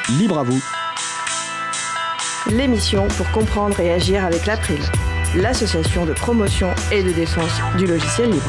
Libre à vous. L'émission pour comprendre et agir avec l'April, l'association de promotion et de défense du logiciel libre.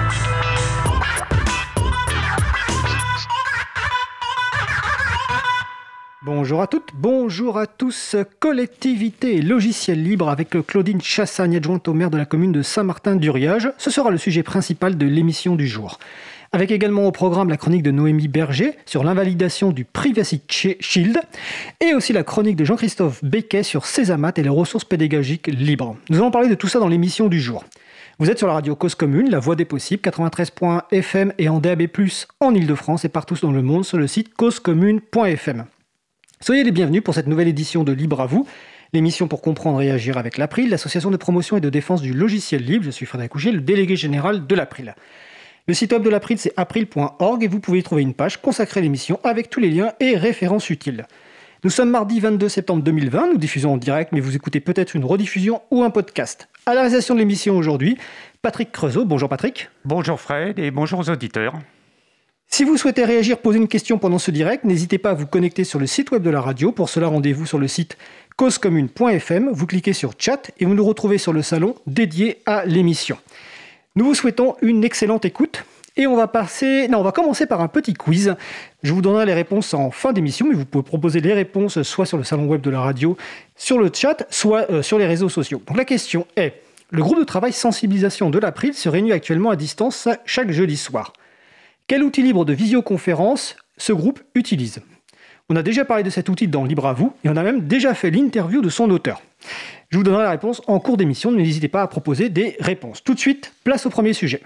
Bonjour à toutes, bonjour à tous. Collectivité et logiciel libre avec Claudine Chassagne, adjointe au maire de la commune de Saint-Martin-d'Uriage. Ce sera le sujet principal de l'émission du jour. Avec également au programme la chronique de Noémie Berger sur l'invalidation du Privacy Shield et aussi la chronique de Jean-Christophe Becquet sur Césamat et les ressources pédagogiques libres. Nous allons parler de tout ça dans l'émission du jour. Vous êtes sur la radio Cause Commune, la voix des possibles, 93.fm et en DAB+, en Ile-de-France et partout dans le monde sur le site causecommune.fm. Soyez les bienvenus pour cette nouvelle édition de Libre à vous, l'émission pour comprendre et agir avec l'April, l'association de promotion et de défense du logiciel libre. Je suis Frédéric Couget, le délégué général de l'April. Le site web de l'April, c'est april.org et vous pouvez y trouver une page consacrée à l'émission avec tous les liens et références utiles. Nous sommes mardi 22 septembre 2020, nous diffusons en direct, mais vous écoutez peut-être une rediffusion ou un podcast. À la réalisation de l'émission aujourd'hui, Patrick Creusot. Bonjour Patrick. Bonjour Fred et bonjour aux auditeurs. Si vous souhaitez réagir, poser une question pendant ce direct, n'hésitez pas à vous connecter sur le site web de la radio. Pour cela, rendez-vous sur le site causecommune.fm, vous cliquez sur chat et vous nous retrouvez sur le salon dédié à l'émission. Nous vous souhaitons une excellente écoute et on va commencer par un petit quiz. Je vous donnerai les réponses en fin d'émission, mais vous pouvez proposer les réponses soit sur le salon web de la radio, sur le chat, soit sur les réseaux sociaux. Donc la question est, le groupe de travail sensibilisation de l'April se réunit actuellement à distance chaque jeudi soir. Quel outil libre de visioconférence ce groupe utilise ? On a déjà parlé de cet outil dans Libre à vous et on a même déjà fait l'interview de son auteur. Je vous donnerai la réponse en cours d'émission, n'hésitez pas à proposer des réponses. Tout de suite, place au premier sujet.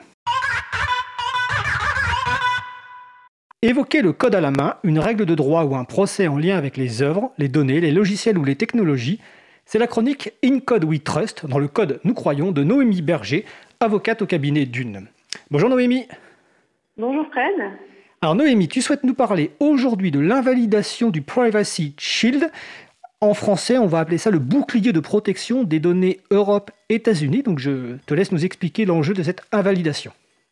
Évoquer le code à la main, une règle de droit ou un procès en lien avec les œuvres, les données, les logiciels ou les technologies, c'est la chronique In Code We Trust, dans le code Nous Croyons, de Noémie Berger, avocate au cabinet Dune. Bonjour Noémie. Bonjour Fred. Alors Noémie, tu souhaites nous parler aujourd'hui de l'invalidation du Privacy Shield. En français, on va appeler ça le bouclier de protection des données Europe-États-Unis. Donc je te laisse nous expliquer l'enjeu de cette invalidation.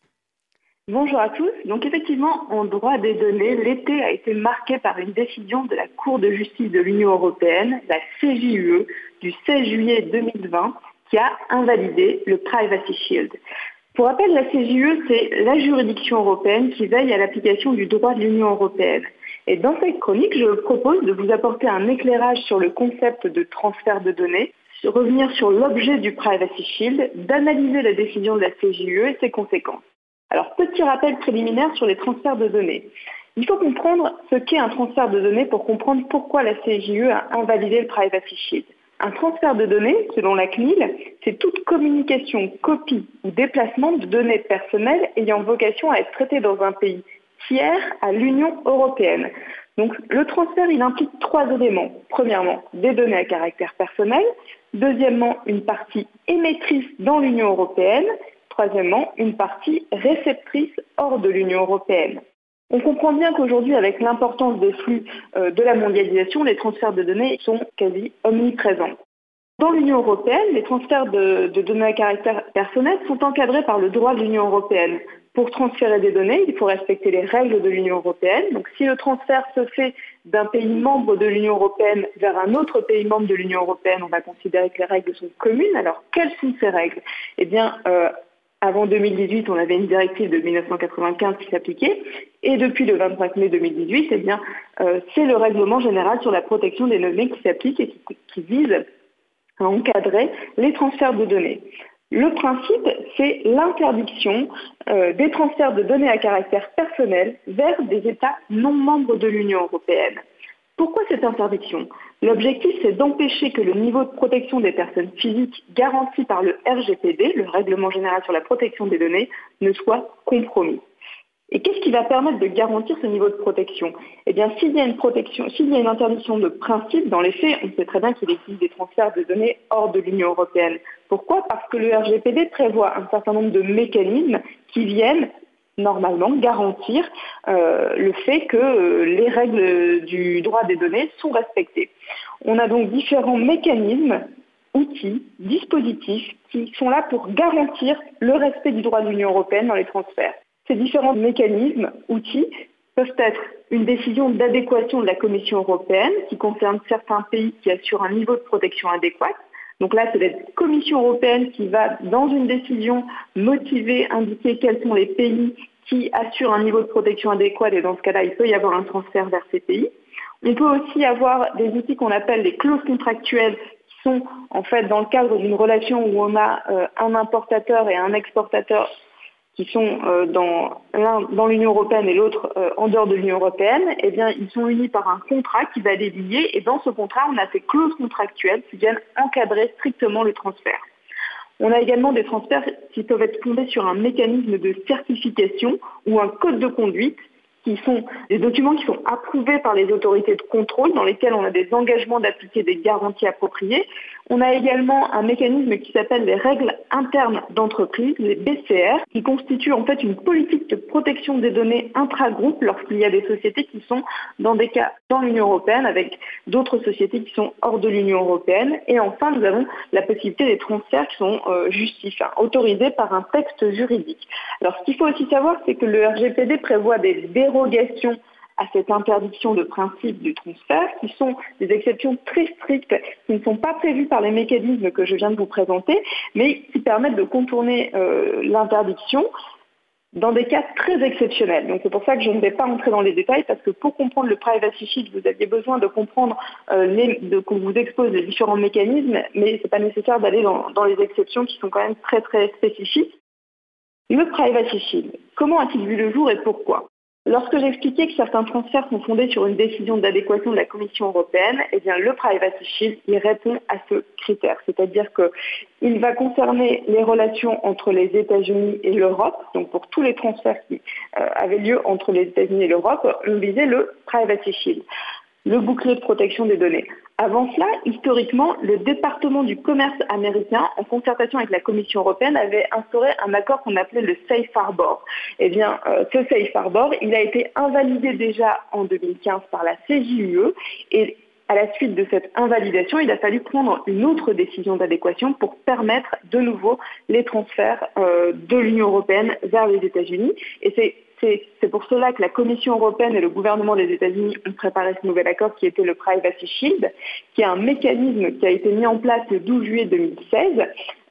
Bonjour à tous. Donc effectivement, en droit des données, l'été a été marqué par une décision de la Cour de justice de l'Union européenne, la CJUE, du 16 juillet 2020, qui a invalidé le Privacy Shield. Pour rappel, la CJUE, c'est la juridiction européenne qui veille à l'application du droit de l'Union européenne. Et dans cette chronique, je propose de vous apporter un éclairage sur le concept de transfert de données, revenir sur l'objet du Privacy Shield, d'analyser la décision de la CJUE et ses conséquences. Alors, petit rappel préliminaire sur les transferts de données. Il faut comprendre ce qu'est un transfert de données pour comprendre pourquoi la CJUE a invalidé le Privacy Shield. Un transfert de données, selon la CNIL, c'est toute communication, copie ou déplacement de données personnelles ayant vocation à être traitées dans un pays tiers à l'Union européenne. Donc le transfert, il implique 3 éléments. Premièrement, des données à caractère personnel. Deuxièmement, une partie émettrice dans l'Union européenne. Troisièmement, une partie réceptrice hors de l'Union européenne. On comprend bien qu'aujourd'hui, avec l'importance des flux de la mondialisation, les transferts de données sont quasi omniprésents. Dans l'Union européenne, les transferts de données à caractère personnel sont encadrés par le droit de l'Union européenne. Pour transférer des données, il faut respecter les règles de l'Union européenne. Donc si le transfert se fait d'un pays membre de l'Union européenne vers un autre pays membre de l'Union européenne, on va considérer que les règles sont communes. Alors quelles sont ces règles ? Eh bien, avant 2018, on avait une directive de 1995 qui s'appliquait. Et depuis le 25 mai 2018, eh bien, c'est le règlement général sur la protection des données qui s'applique et qui vise à encadrer les transferts de données. Le principe, c'est l'interdiction des transferts de données à caractère personnel vers des États non membres de l'Union européenne. Pourquoi cette interdiction ? L'objectif, c'est d'empêcher que le niveau de protection des personnes physiques garanti par le RGPD, le Règlement général sur la protection des données, ne soit compromis. Et qu'est-ce qui va permettre de garantir ce niveau de protection ? Eh bien, s'il y a une interdiction de principe, dans les faits, on sait très bien qu'il existe des transferts de données hors de l'Union européenne. Pourquoi ? Parce que le RGPD prévoit un certain nombre de mécanismes qui viennent normalement garantir le fait que les règles du droit des données sont respectées. On a donc différents mécanismes, outils, dispositifs qui sont là pour garantir le respect du droit de l'Union européenne dans les transferts. Ces différents mécanismes, outils, peuvent être une décision d'adéquation de la Commission européenne qui concerne certains pays qui assurent un niveau de protection adéquat. Donc là, c'est la Commission européenne qui va, dans une décision, motiver, indiquer quels sont les pays qui assurent un niveau de protection adéquat, et dans ce cas-là, il peut y avoir un transfert vers ces pays. On peut aussi avoir des outils qu'on appelle les clauses contractuelles qui sont en fait dans le cadre d'une relation où on a un importateur et un exportateur qui sont l'un dans l'Union européenne et l'autre en dehors de l'Union européenne. Eh bien, ils sont unis par un contrat qui va les lier et dans ce contrat, on a ces clauses contractuelles qui viennent encadrer strictement le transfert. On a également des transferts qui peuvent être fondés sur un mécanisme de certification ou un code de conduite qui sont des documents qui sont approuvés par les autorités de contrôle dans lesquels on a des engagements d'appliquer des garanties appropriées. On a également un mécanisme qui s'appelle les règles internes d'entreprise, les BCR, qui constituent en fait une politique de protection des données intra-groupe lorsqu'il y a des sociétés qui sont dans des cas dans l'Union européenne avec d'autres sociétés qui sont hors de l'Union européenne. Et enfin, nous avons la possibilité des transferts qui sont justifiés, autorisés par un texte juridique. Alors, ce qu'il faut aussi savoir, c'est que le RGPD prévoit des dérogations à cette interdiction de principe du transfert, qui sont des exceptions très strictes, qui ne sont pas prévues par les mécanismes que je viens de vous présenter, mais qui permettent de contourner l'interdiction dans des cas très exceptionnels. Donc c'est pour ça que je ne vais pas entrer dans les détails, parce que pour comprendre le Privacy Shield, vous aviez besoin de comprendre qu'on vous expose les différents mécanismes, mais ce n'est pas nécessaire d'aller dans les exceptions qui sont quand même très très spécifiques. Le Privacy Shield, comment a-t-il vu le jour et pourquoi ? Lorsque j'expliquais que certains transferts sont fondés sur une décision d'adéquation de la Commission européenne, eh bien le Privacy Shield il répond à ce critère, c'est-à-dire qu'il va concerner les relations entre les États-Unis et l'Europe. Donc pour tous les transferts qui avaient lieu entre les États-Unis et l'Europe, on visait le Privacy Shield, le bouclier de protection des données. Avant cela, historiquement, le département du commerce américain, en concertation avec la Commission européenne, avait instauré un accord qu'on appelait le Safe Harbor. Eh bien, ce Safe Harbor, il a été invalidé déjà en 2015 par la CJUE et à la suite de cette invalidation, il a fallu prendre une autre décision d'adéquation pour permettre de nouveau les transferts de l'Union européenne vers les États-Unis. Et c'est pour cela que la Commission européenne et le gouvernement des États-Unis ont préparé ce nouvel accord qui était le Privacy Shield, qui est un mécanisme qui a été mis en place le 12 juillet 2016,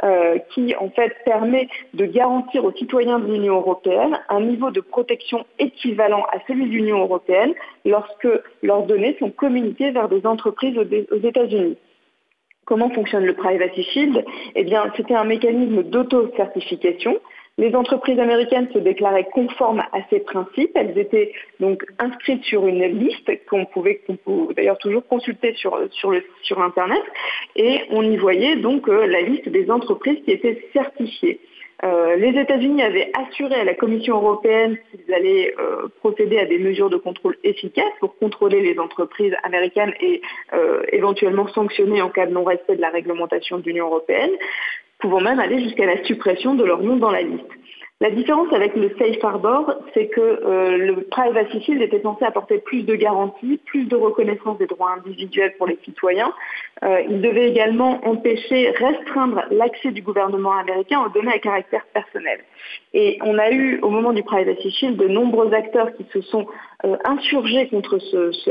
qui en fait permet de garantir aux citoyens de l'Union européenne un niveau de protection équivalent à celui de l'Union européenne lorsque leurs données sont communiquées vers des entreprises aux États-Unis. Comment fonctionne le Privacy Shield ? Eh bien, c'était un mécanisme d'auto-certification. Les entreprises américaines se déclaraient conformes à ces principes. Elles étaient donc inscrites sur une liste qu'on pouvait d'ailleurs toujours consulter sur Internet. Et on y voyait donc la liste des entreprises qui étaient certifiées. Les États-Unis avaient assuré à la Commission européenne qu'ils allaient procéder à des mesures de contrôle efficaces pour contrôler les entreprises américaines et éventuellement sanctionner en cas de non-respect de la réglementation de l'Union européenne, pouvant même aller jusqu'à la suppression de leur nom dans la liste. La différence avec le Safe Harbor, c'est que le Privacy Shield était censé apporter plus de garanties, plus de reconnaissance des droits individuels pour les citoyens. Il devait également restreindre l'accès du gouvernement américain aux données à caractère personnel. Et on a eu, au moment du Privacy Shield, de nombreux acteurs qui se sont insurgés contre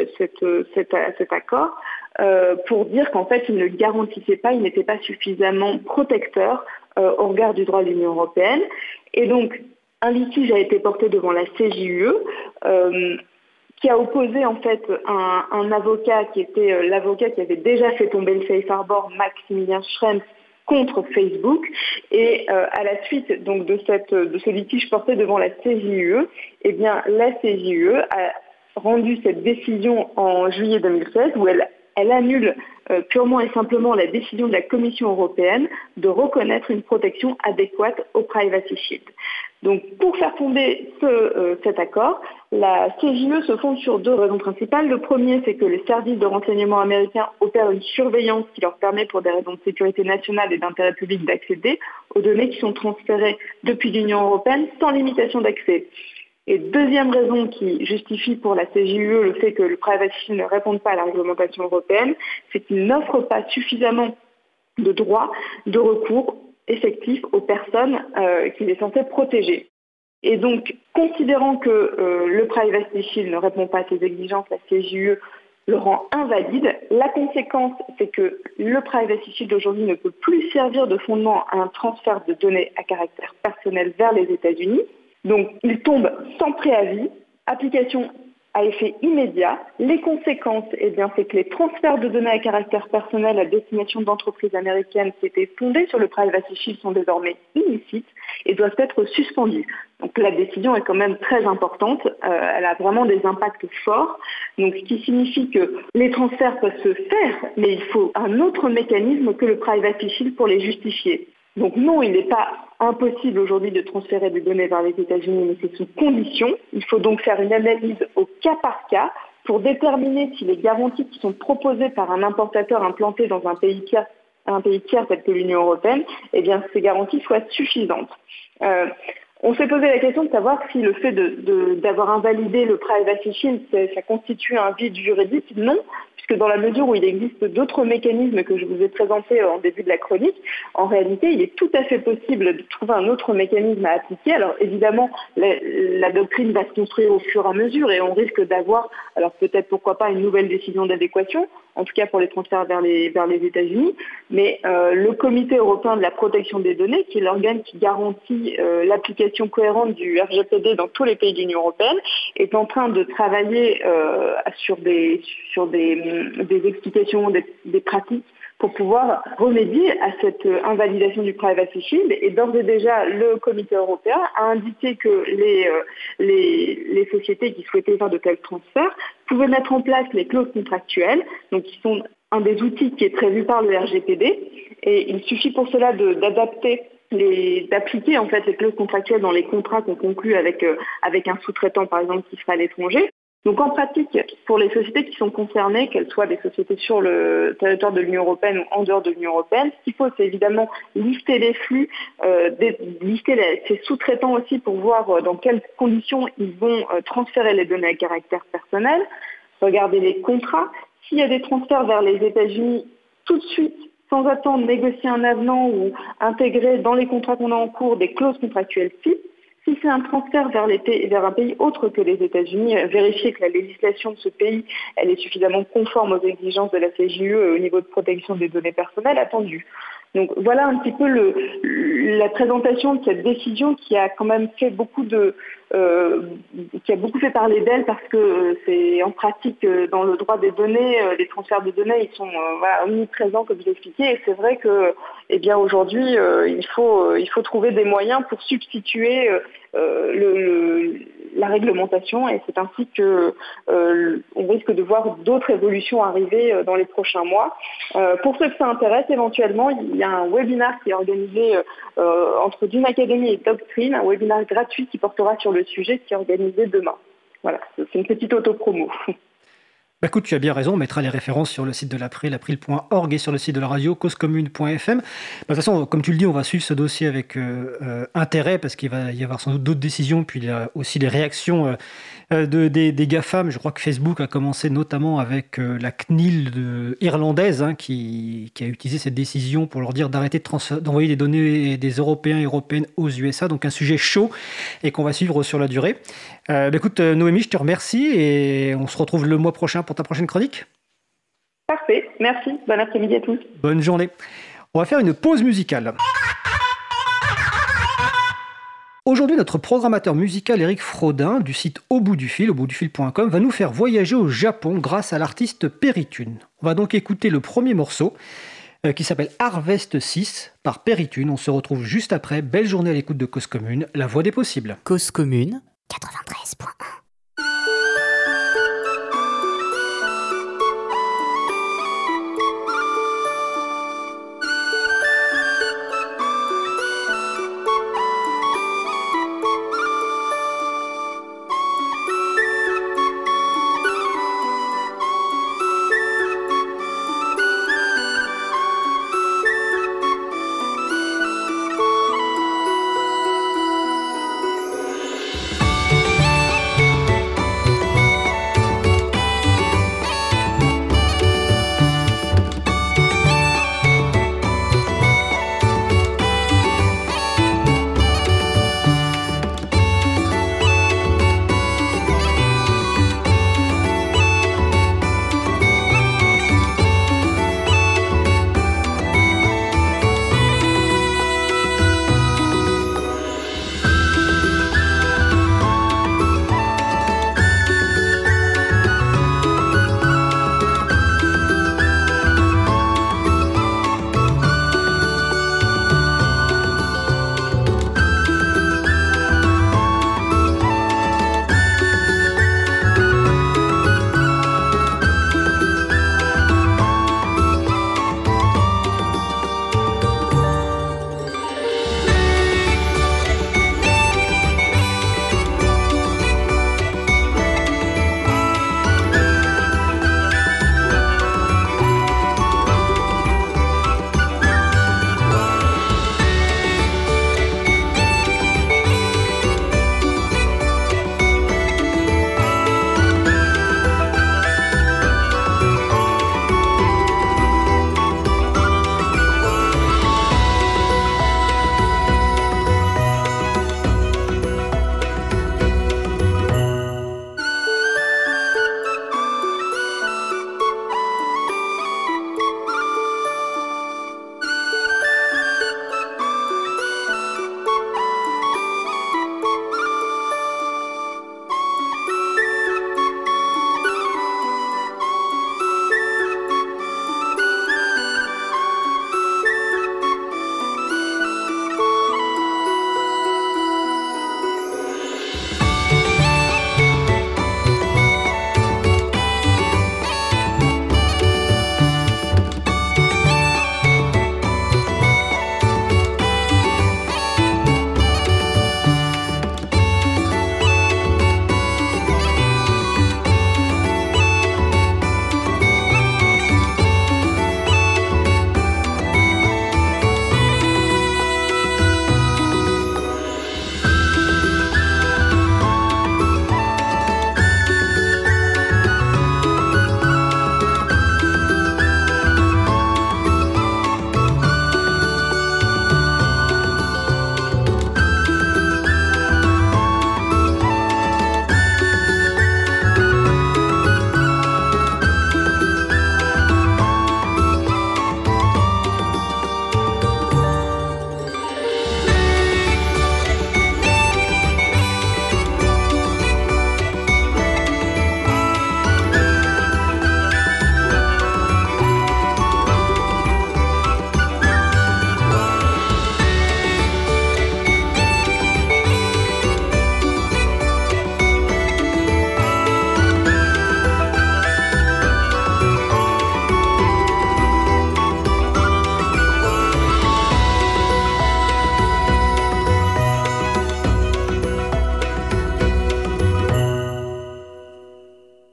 cet accord pour dire qu'en fait, il ne garantissait pas, il n'était pas suffisamment protecteur au regard du droit de l'Union européenne. Et donc, un litige a été porté devant la CJUE qui a opposé en fait un avocat qui était l'avocat qui avait déjà fait tomber le Safe Harbor, Maximilian Schrems, contre Facebook. Et à la suite donc de ce litige porté devant la CJUE, eh bien la CJUE a rendu cette décision en juillet 2016 où elle annule purement et simplement la décision de la Commission européenne de reconnaître une protection adéquate au Privacy Shield. Donc, pour faire tomber cet accord, la CJUE se fonde sur deux raisons principales. Le premier, c'est que les services de renseignement américains opèrent une surveillance qui leur permet, pour des raisons de sécurité nationale et d'intérêt public, d'accéder aux données qui sont transférées depuis l'Union européenne sans limitation d'accès. Et deuxième raison qui justifie pour la CJUE le fait que le Privacy Shield ne réponde pas à la réglementation européenne, c'est qu'il n'offre pas suffisamment de droits de recours effectifs aux personnes qu'il est censé protéger. Et donc, considérant que le Privacy Shield ne répond pas à ces exigences, la CJUE le rend invalide. La conséquence, c'est que le Privacy Shield aujourd'hui ne peut plus servir de fondement à un transfert de données à caractère personnel vers les États-Unis. Donc, il tombe sans préavis, application à effet immédiat. Les conséquences, c'est que les transferts de données à caractère personnel à destination d'entreprises américaines qui étaient fondées sur le Privacy Shield sont désormais illicites et doivent être suspendus. Donc la décision est quand même très importante, elle a vraiment des impacts forts, donc ce qui signifie que les transferts peuvent se faire, mais il faut un autre mécanisme que le Privacy Shield pour les justifier. Donc non, il n'est pas impossible aujourd'hui de transférer des données vers les États-Unis, mais c'est sous condition. Il faut donc faire une analyse au cas par cas pour déterminer si les garanties qui sont proposées par un importateur implanté dans un pays tiers tel que l'Union européenne, ces garanties soient suffisantes. On s'est posé la question de savoir si le fait d'avoir invalidé le Privacy Shield, ça constitue un vide juridique. Non, puisque dans la mesure où il existe d'autres mécanismes que je vous ai présentés en début de la chronique, en réalité, il est tout à fait possible de trouver un autre mécanisme à appliquer. Alors évidemment, la doctrine va se construire au fur et à mesure et on risque d'avoir, alors peut-être pourquoi pas, une nouvelle décision d'adéquation, en tout cas pour les transferts vers les États-Unis, mais le Comité européen de la protection des données, qui est l'organe qui garantit l'application cohérente du RGPD dans tous les pays de l'Union européenne, est en train de travailler sur des explications, des pratiques pour pouvoir remédier à cette invalidation du Privacy Shield. Et d'ores et déjà, le Comité européen a indiqué que les sociétés qui souhaitaient faire de tels transferts pouvaient mettre en place les clauses contractuelles, donc qui sont un des outils qui est prévu par le RGPD. Et il suffit pour cela d'appliquer en fait les clauses contractuelles dans les contrats qu'on conclut avec un sous-traitant, par exemple, qui sera à l'étranger. Donc en pratique, pour les sociétés qui sont concernées, qu'elles soient des sociétés sur le territoire de l'Union européenne ou en dehors de l'Union européenne, ce qu'il faut, c'est évidemment lister les flux, lister ces sous-traitants aussi pour voir dans quelles conditions ils vont transférer les données à caractère personnel, regarder les contrats. S'il y a des transferts vers les États-Unis, tout de suite, sans attendre, négocier un avenant ou intégrer dans les contrats qu'on a en cours des clauses contractuelles types. Si c'est un transfert vers un pays autre que les États-Unis, vérifier que la législation de ce pays elle est suffisamment conforme aux exigences de la CJUE au niveau de protection des données personnelles attendues. Donc voilà un petit peu la présentation de cette décision qui a quand même fait qui a beaucoup fait parler d'elle parce que c'est en pratique dans le droit des données, les transferts de données ils sont omniprésents comme je l'ai expliqué et c'est vrai que aujourd'hui il faut trouver des moyens pour substituer la réglementation et c'est ainsi que on risque de voir d'autres évolutions arriver dans les prochains mois. Pour ceux que ça intéresse, éventuellement, il y a un webinaire qui est organisé entre Dune Academy et Doctrine, un webinaire gratuit qui portera sur le sujet qui est organisé demain. Voilà, c'est une petite auto-promo. Écoute, tu as bien raison, on mettra les références sur le site de l'April, april.org et sur le site de la radio, causecommune.fm. De toute façon, comme tu le dis, on va suivre ce dossier avec intérêt parce qu'il va y avoir sans doute d'autres décisions, puis il y a aussi les réactions des GAFAM. Je crois que Facebook a commencé notamment avec la CNIL irlandaise qui a utilisé cette décision pour leur dire d'arrêter d'envoyer des données des Européens et Européennes aux USA. Donc un sujet chaud et qu'on va suivre sur la durée. Écoute, Noémie, je te remercie et on se retrouve le mois prochain pour ta prochaine chronique. Parfait, merci. Bon après-midi à tous. Bonne journée. On va faire une pause musicale. Aujourd'hui, notre programmateur musical Eric Frodin du site auboutdufil.com va nous faire voyager au Japon grâce à l'artiste Peritune. On va donc écouter le premier morceau qui s'appelle Harvest 6 par Peritune. On se retrouve juste après. Belle journée à l'écoute de Cause Commune, la voix des possibles. Cause Commune 93.1.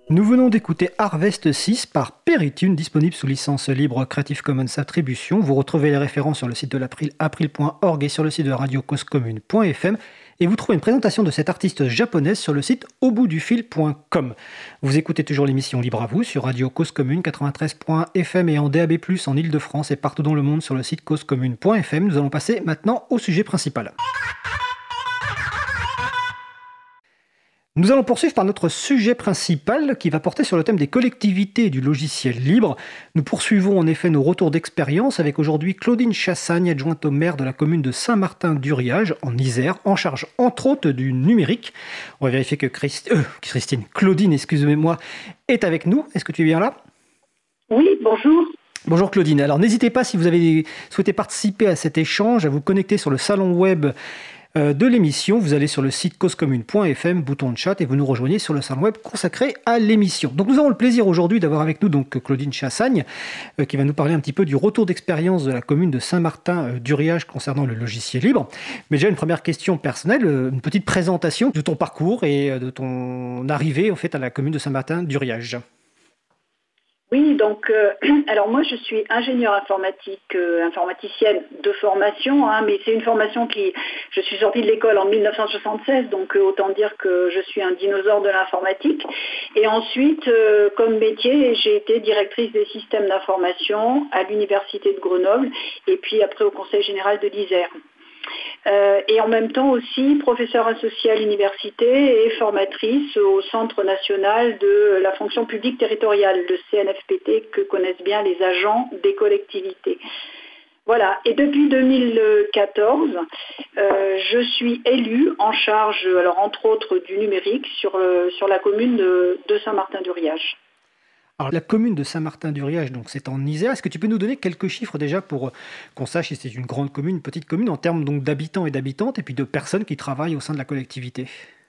Nous venons d'écouter Harvest 6 par Peritune, disponible sous licence libre Creative Commons Attribution. Vous retrouvez les références sur le site de l'April, april.org et sur le site de radiocausecommune.fm. Et vous trouvez une présentation de cette artiste japonaise sur le site auboutdufil.com. Vous écoutez toujours l'émission Libre à vous sur Radio Cause Commune 93.fm et en DAB+, en Ile-de-France et partout dans le monde sur le site causecommune.fm. Nous allons passer maintenant au sujet principal. Nous allons poursuivre par notre sujet principal qui va porter sur le thème des collectivités et du logiciel libre. Nous poursuivons en effet nos retours d'expérience avec aujourd'hui Claudine Chassagne, adjointe au maire de la commune de Saint-Martin-d'Uriage en Isère, en charge entre autres du numérique. On va vérifier que Claudine, excusez-moi, est avec nous. Est-ce que tu es bien là ? Oui, bonjour. Bonjour Claudine. Alors n'hésitez pas, si vous avez souhaité participer à cet échange, à vous connecter sur le salon web de l'émission. Vous allez sur le site causecommune.fm, bouton de chat, et vous nous rejoignez sur le salon web consacré à l'émission. Donc nous avons le plaisir aujourd'hui d'avoir avec nous donc Claudine Chassagne qui va nous parler un petit peu du retour d'expérience de la commune de Saint-Martin-d'Uriage concernant le logiciel libre. Mais déjà une première question personnelle, une petite présentation de ton parcours et de ton arrivée en fait à la commune de Saint-Martin-d'Uriage. Oui, donc, alors moi je suis ingénieure informatique, informaticienne de formation, mais c'est une formation je suis sortie de l'école en 1976, donc autant dire que je suis un dinosaure de l'informatique. Et ensuite, comme métier, j'ai été directrice des systèmes d'information à l'université de Grenoble et puis après au Conseil général de l'Isère. Et en même temps aussi professeure associée à l'université et formatrice au Centre national de la fonction publique territoriale, le CNFPT, que connaissent bien les agents des collectivités. Voilà, et depuis 2014, je suis élue en charge, alors entre autres du numérique, sur la commune de Saint-Martin-d'Uriage. Alors la commune de Saint-Martin-d'Uriage, donc c'est en Isère. Est-ce que tu peux nous donner quelques chiffres déjà pour qu'on sache si c'est une grande commune, une petite commune, en termes donc d'habitants et d'habitantes, et puis de personnes qui travaillent au sein de la collectivité ?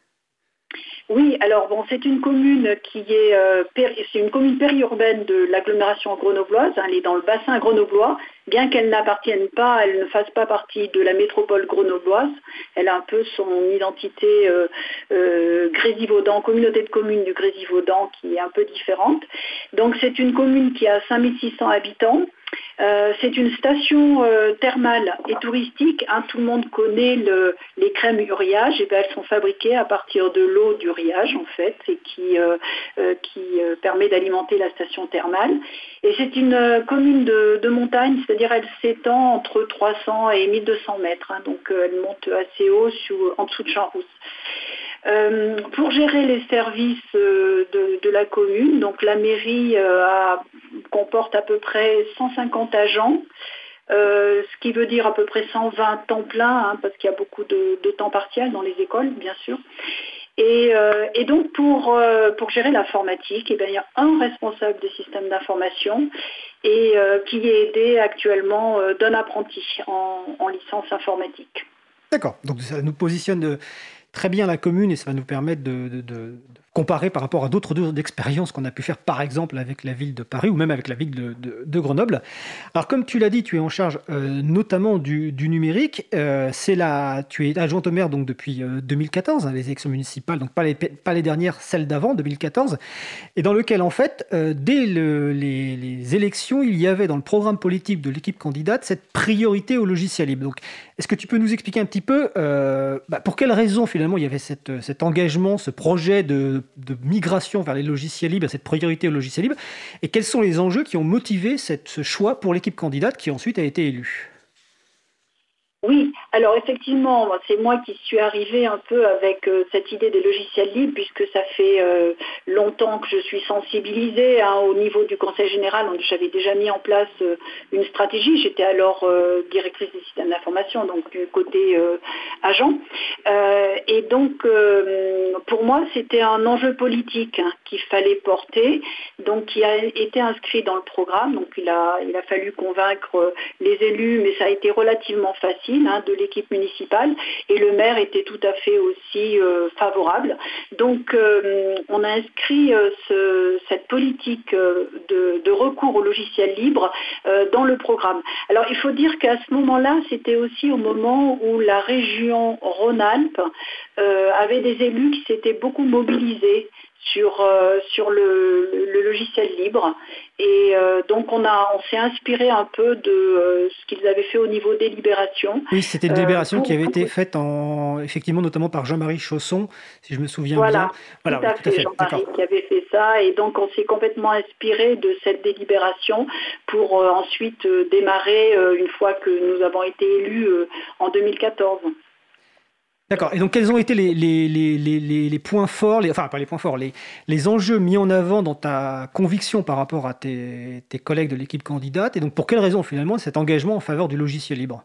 Oui, alors bon, c'est une commune c'est une commune périurbaine de l'agglomération grenobloise. Elle est dans le bassin grenoblois, bien qu'elle n'appartienne pas, elle ne fasse pas partie de la métropole grenobloise. Elle a un peu son identité Grésivaudan, communauté de communes du Grésivaudan, qui est un peu différente. Donc c'est une commune qui a 5600 habitants. C'est une station thermale et touristique. Tout le monde connaît les crèmes Uriage. Et elles sont fabriquées à partir de l'eau d'Uriage en fait, et qui permet d'alimenter la station thermale. Et c'est une commune de montagne, c'est-à-dire elle s'étend entre 300 et 1200 mètres. Donc elle monte assez haut en dessous de Champs-Rousse. Pour gérer les services de la commune, donc la mairie comporte à peu près 150 agents, ce qui veut dire à peu près 120 temps plein, parce qu'il y a beaucoup de temps partiel dans les écoles, bien sûr. Et donc pour gérer l'informatique, il y a un responsable des systèmes d'information et qui est aidé actuellement d'un apprenti en licence informatique. D'accord, donc ça nous positionne très bien la commune et ça va nous permettre de comparer par rapport à d'autres expériences qu'on a pu faire par exemple avec la ville de Paris ou même avec la ville de Grenoble. Alors comme tu l'as dit, tu es en charge notamment du numérique. Tu es adjointe au maire donc depuis 2014, les élections municipales, donc pas les dernières, celles d'avant, 2014, et dans lequel en fait, dès les élections, il y avait dans le programme politique de l'équipe candidate cette priorité au logiciel libre. Donc est-ce que tu peux nous expliquer un petit peu pour quelles raisons finalement il y avait cet engagement, ce projet de migration vers les logiciels libres, cette priorité au logiciel libre, et quels sont les enjeux qui ont motivé ce choix pour l'équipe candidate qui ensuite a été élue ? Oui, alors effectivement, c'est moi qui suis arrivée un peu avec cette idée des logiciels libres, puisque ça fait longtemps que je suis sensibilisée au niveau du Conseil général. J'avais déjà mis en place une stratégie. J'étais alors directrice des systèmes d'information, donc du côté agent. Et donc, pour moi, c'était un enjeu politique qu'il fallait porter, donc qui a été inscrit dans le programme. Donc, il a fallu convaincre les élus, mais ça a été relativement facile. De l'équipe municipale et le maire était tout à fait aussi favorable. Donc on a inscrit cette politique de recours au logiciel libre dans le programme. Alors il faut dire qu'à ce moment-là, c'était aussi au moment où la région Rhône-Alpes avait des élus qui s'étaient beaucoup mobilisés sur le logiciel libre. Et donc on s'est inspiré un peu de ce qu'ils avaient fait au niveau délibération. Oui, c'était une délibération qui avait été faite effectivement notamment par Jean-Marie Chausson, si je me souviens bien. Voilà, tout à fait, Jean-Marie qui avait fait ça. Et donc on s'est complètement inspiré de cette délibération pour ensuite démarrer une fois que nous avons été élus en 2014. D'accord. Et donc, quels ont été les points forts, pas les points forts, les enjeux mis en avant dans ta conviction par rapport à tes collègues de l'équipe candidate? Et donc, pour quelles raisons, finalement, cet engagement en faveur du logiciel libre?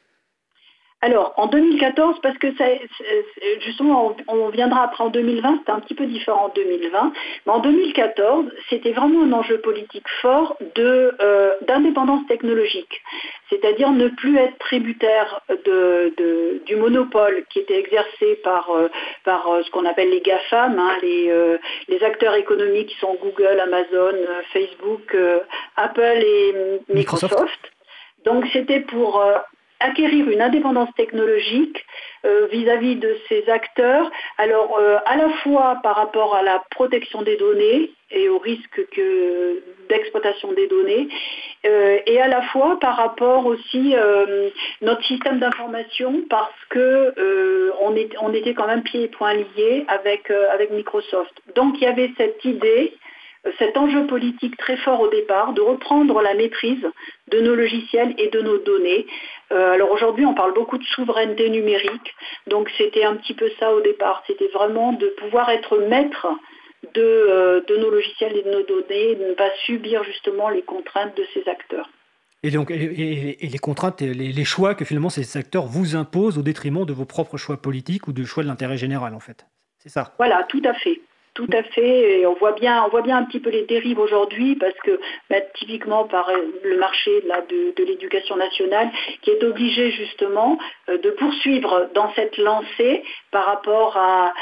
Alors, en 2014, parce que justement, on viendra après en 2020, c'était un petit peu différent en 2020, mais en 2014, c'était vraiment un enjeu politique fort d'indépendance technologique, c'est-à-dire ne plus être tributaire du monopole qui était exercé par ce qu'on appelle les GAFAM, les acteurs économiques qui sont Google, Amazon, Facebook, Apple et Microsoft. Donc, c'était pour acquérir une indépendance technologique vis-à-vis de ces acteurs, alors à la fois par rapport à la protection des données et au risque d'exploitation des données, et à la fois par rapport aussi notre système d'information, parce que on était quand même pieds et poings liés avec Microsoft. Donc il y avait cette idée, cet enjeu politique très fort au départ, de reprendre la maîtrise de nos logiciels et de nos données. Alors aujourd'hui, on parle beaucoup de souveraineté numérique, donc c'était un petit peu ça au départ. C'était vraiment de pouvoir être maître de nos logiciels et de nos données, et de ne pas subir justement les contraintes de ces acteurs. Et donc, et les contraintes, et les choix que finalement ces acteurs vous imposent au détriment de vos propres choix politiques ou de choix de l'intérêt général, en fait. C'est ça? Voilà, tout à fait. Tout à fait, et on voit bien un petit peu les dérives aujourd'hui, parce que typiquement par le marché de l'éducation nationale, qui est obligé justement de poursuivre dans cette lancée par rapport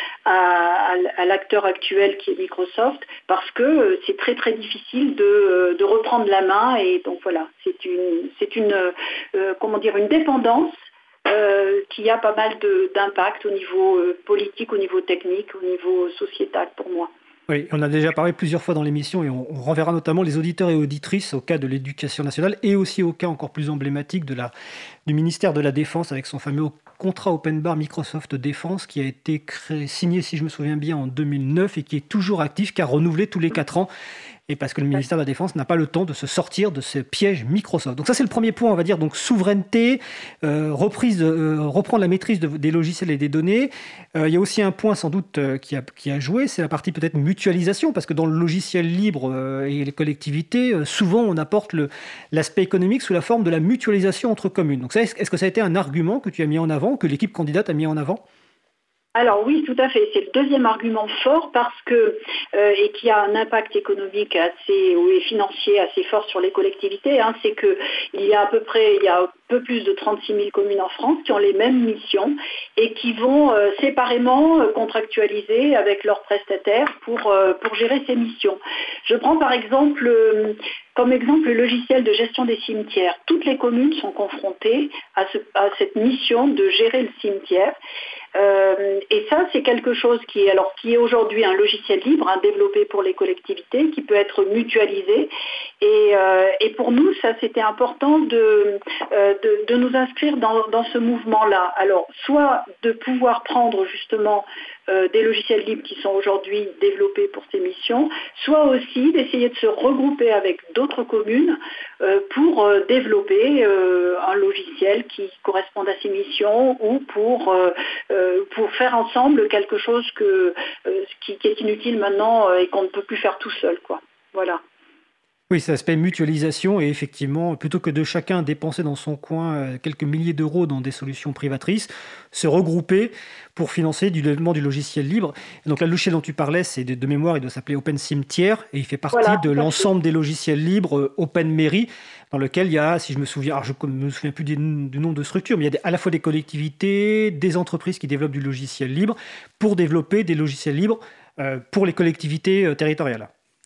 à l'acteur actuel qui est Microsoft, parce que c'est très très difficile de reprendre la main, et donc voilà, c'est une dépendance qui a pas mal d'impact au niveau politique, au niveau technique, au niveau sociétal pour moi. Oui, on a déjà parlé plusieurs fois dans l'émission et on renverra notamment les auditeurs et auditrices au cas de l'éducation nationale et aussi au cas encore plus emblématique du ministère de la Défense avec son fameux contrat open bar Microsoft Défense qui a été signé, si je me souviens bien, en 2009 et qui est toujours actif car renouvelé tous les 4 ans. Et parce que le ministère de la Défense n'a pas le temps de se sortir de ce piège Microsoft. Donc ça, c'est le premier point, on va dire, donc souveraineté, reprendre la maîtrise des logiciels et des données. Il y a aussi un point, sans doute, qui a joué, c'est la partie peut-être mutualisation, parce que dans le logiciel libre et les collectivités, souvent, on apporte l'aspect économique sous la forme de la mutualisation entre communes. Donc ça, est-ce que ça a été un argument que tu as mis en avant, que l'équipe candidate a mis en avant ? Alors oui, tout à fait. C'est le deuxième argument fort parce que et qui a un impact économique et financier assez fort sur les collectivités. C'est que il y a un peu plus de 36 000 communes en France qui ont les mêmes missions et qui vont séparément contractualiser avec leurs prestataires pour gérer ces missions. Je prends par exemple comme exemple le logiciel de gestion des cimetières. Toutes les communes sont confrontées à cette mission de gérer le cimetière. Et ça, c'est quelque chose qui est aujourd'hui un logiciel libre, développé pour les collectivités, qui peut être mutualisé. Et pour nous, ça, c'était important de nous inscrire dans ce mouvement-là. Alors, soit de pouvoir prendre justement des logiciels libres qui sont aujourd'hui développés pour ces missions, soit aussi d'essayer de se regrouper avec d'autres communes pour développer un logiciel qui corresponde à ces missions ou pour faire ensemble quelque chose qui est inutile maintenant et qu'on ne peut plus faire tout seul, quoi. Voilà. Oui, c'est l'aspect mutualisation et effectivement, plutôt que de chacun dépenser dans son coin quelques milliers d'euros dans des solutions privatrices, se regrouper pour financer du développement du logiciel libre. Et donc, le logiciel dont tu parlais, c'est de mémoire, il doit s'appeler Open Cimetière et il fait partie de l'ensemble des logiciels libres Open Mairie, dans lequel il y a, si je me souviens, alors je ne me souviens plus du nombre de structures, mais il y a à la fois des collectivités, des entreprises qui développent du logiciel libre pour développer des logiciels libres pour les collectivités territoriales.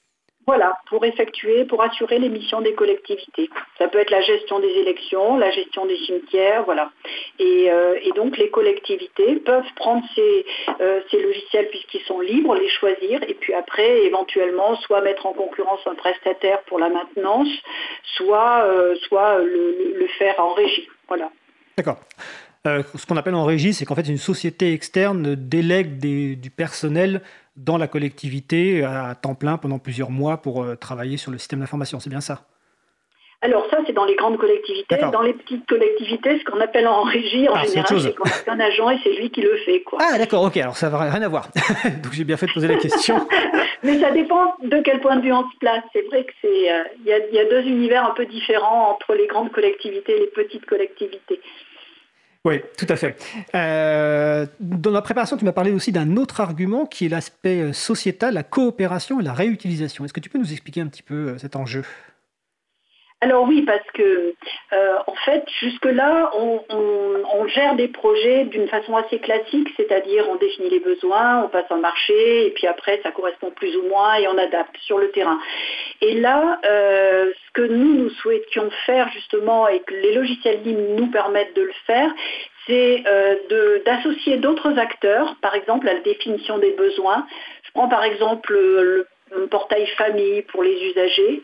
Voilà, pour assurer les missions des collectivités. Ça peut être la gestion des élections, la gestion des cimetières, voilà. Et donc les collectivités peuvent prendre ces logiciels puisqu'ils sont libres, les choisir, et puis après, éventuellement, soit mettre en concurrence un prestataire pour la maintenance, soit le faire en régie. Voilà. D'accord. Ce qu'on appelle en régie, c'est qu'en fait, une société externe délègue du personnel dans la collectivité à temps plein pendant plusieurs mois pour travailler sur le système d'information. C'est bien ça? Alors ça, c'est dans les grandes collectivités. D'accord. Dans les petites collectivités, ce qu'on appelle en régie, en général, c'est qu'on a qu'un agent et c'est lui qui le fait, quoi. Ah d'accord, ok, alors ça n'a rien à voir. Donc j'ai bien fait de poser la question. Mais ça dépend de quel point de vue on se place. C'est vrai que il y a deux univers un peu différents entre les grandes collectivités et les petites collectivités. Oui, tout à fait. Dans la préparation, tu m'as parlé aussi d'un autre argument qui est l'aspect sociétal, la coopération et la réutilisation. Est-ce que tu peux nous expliquer un petit peu cet enjeu? Alors oui, parce que en fait, jusque-là, on gère des projets d'une façon assez classique, c'est-à-dire on définit les besoins, on passe un marché, et puis après ça correspond plus ou moins et on adapte sur le terrain. Et là, ce que nous souhaitions faire justement et que les logiciels libres nous permettent de le faire, c'est d'associer d'autres acteurs, par exemple à la définition des besoins. Je prends par exemple le portail famille pour les usagers.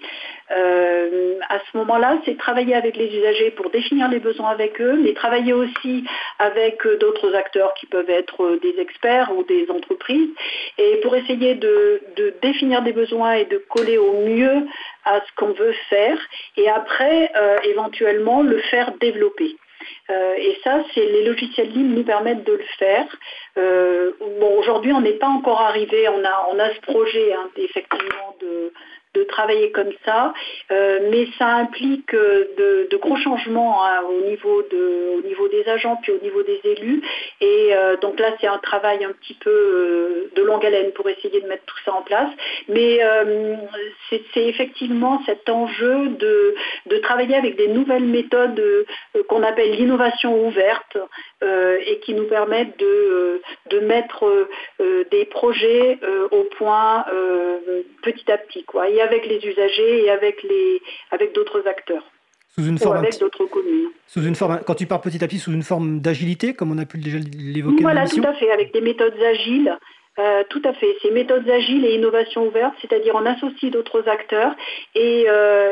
À ce moment-là, c'est travailler avec les usagers pour définir les besoins avec eux, mais travailler aussi avec d'autres acteurs qui peuvent être des experts ou des entreprises, et pour essayer de définir des besoins et de coller au mieux à ce qu'on veut faire, et après, éventuellement, le faire développer. Et ça, les logiciels libres nous permettent de le faire. Aujourd'hui, on n'est pas encore arrivé, on a ce projet effectivement de travailler comme ça, mais ça implique de gros changements au niveau des agents puis au niveau des élus, et donc là c'est un travail un petit peu de longue haleine pour essayer de mettre tout ça en place, mais c'est effectivement cet enjeu de travailler avec des nouvelles méthodes qu'on appelle l'innovation ouverte, et qui nous permettent de mettre des projets au point petit à petit, quoi, et avec les usagers et avec d'autres acteurs. Sous une forme avec d'autres communes. Sous une forme, quand tu parles petit à petit, sous une forme d'agilité, comme on a pu déjà l'évoquer. Voilà, tout à fait, avec des méthodes agiles. Tout à fait, ces méthodes agiles et innovation ouverte, c'est-à-dire on associe d'autres acteurs et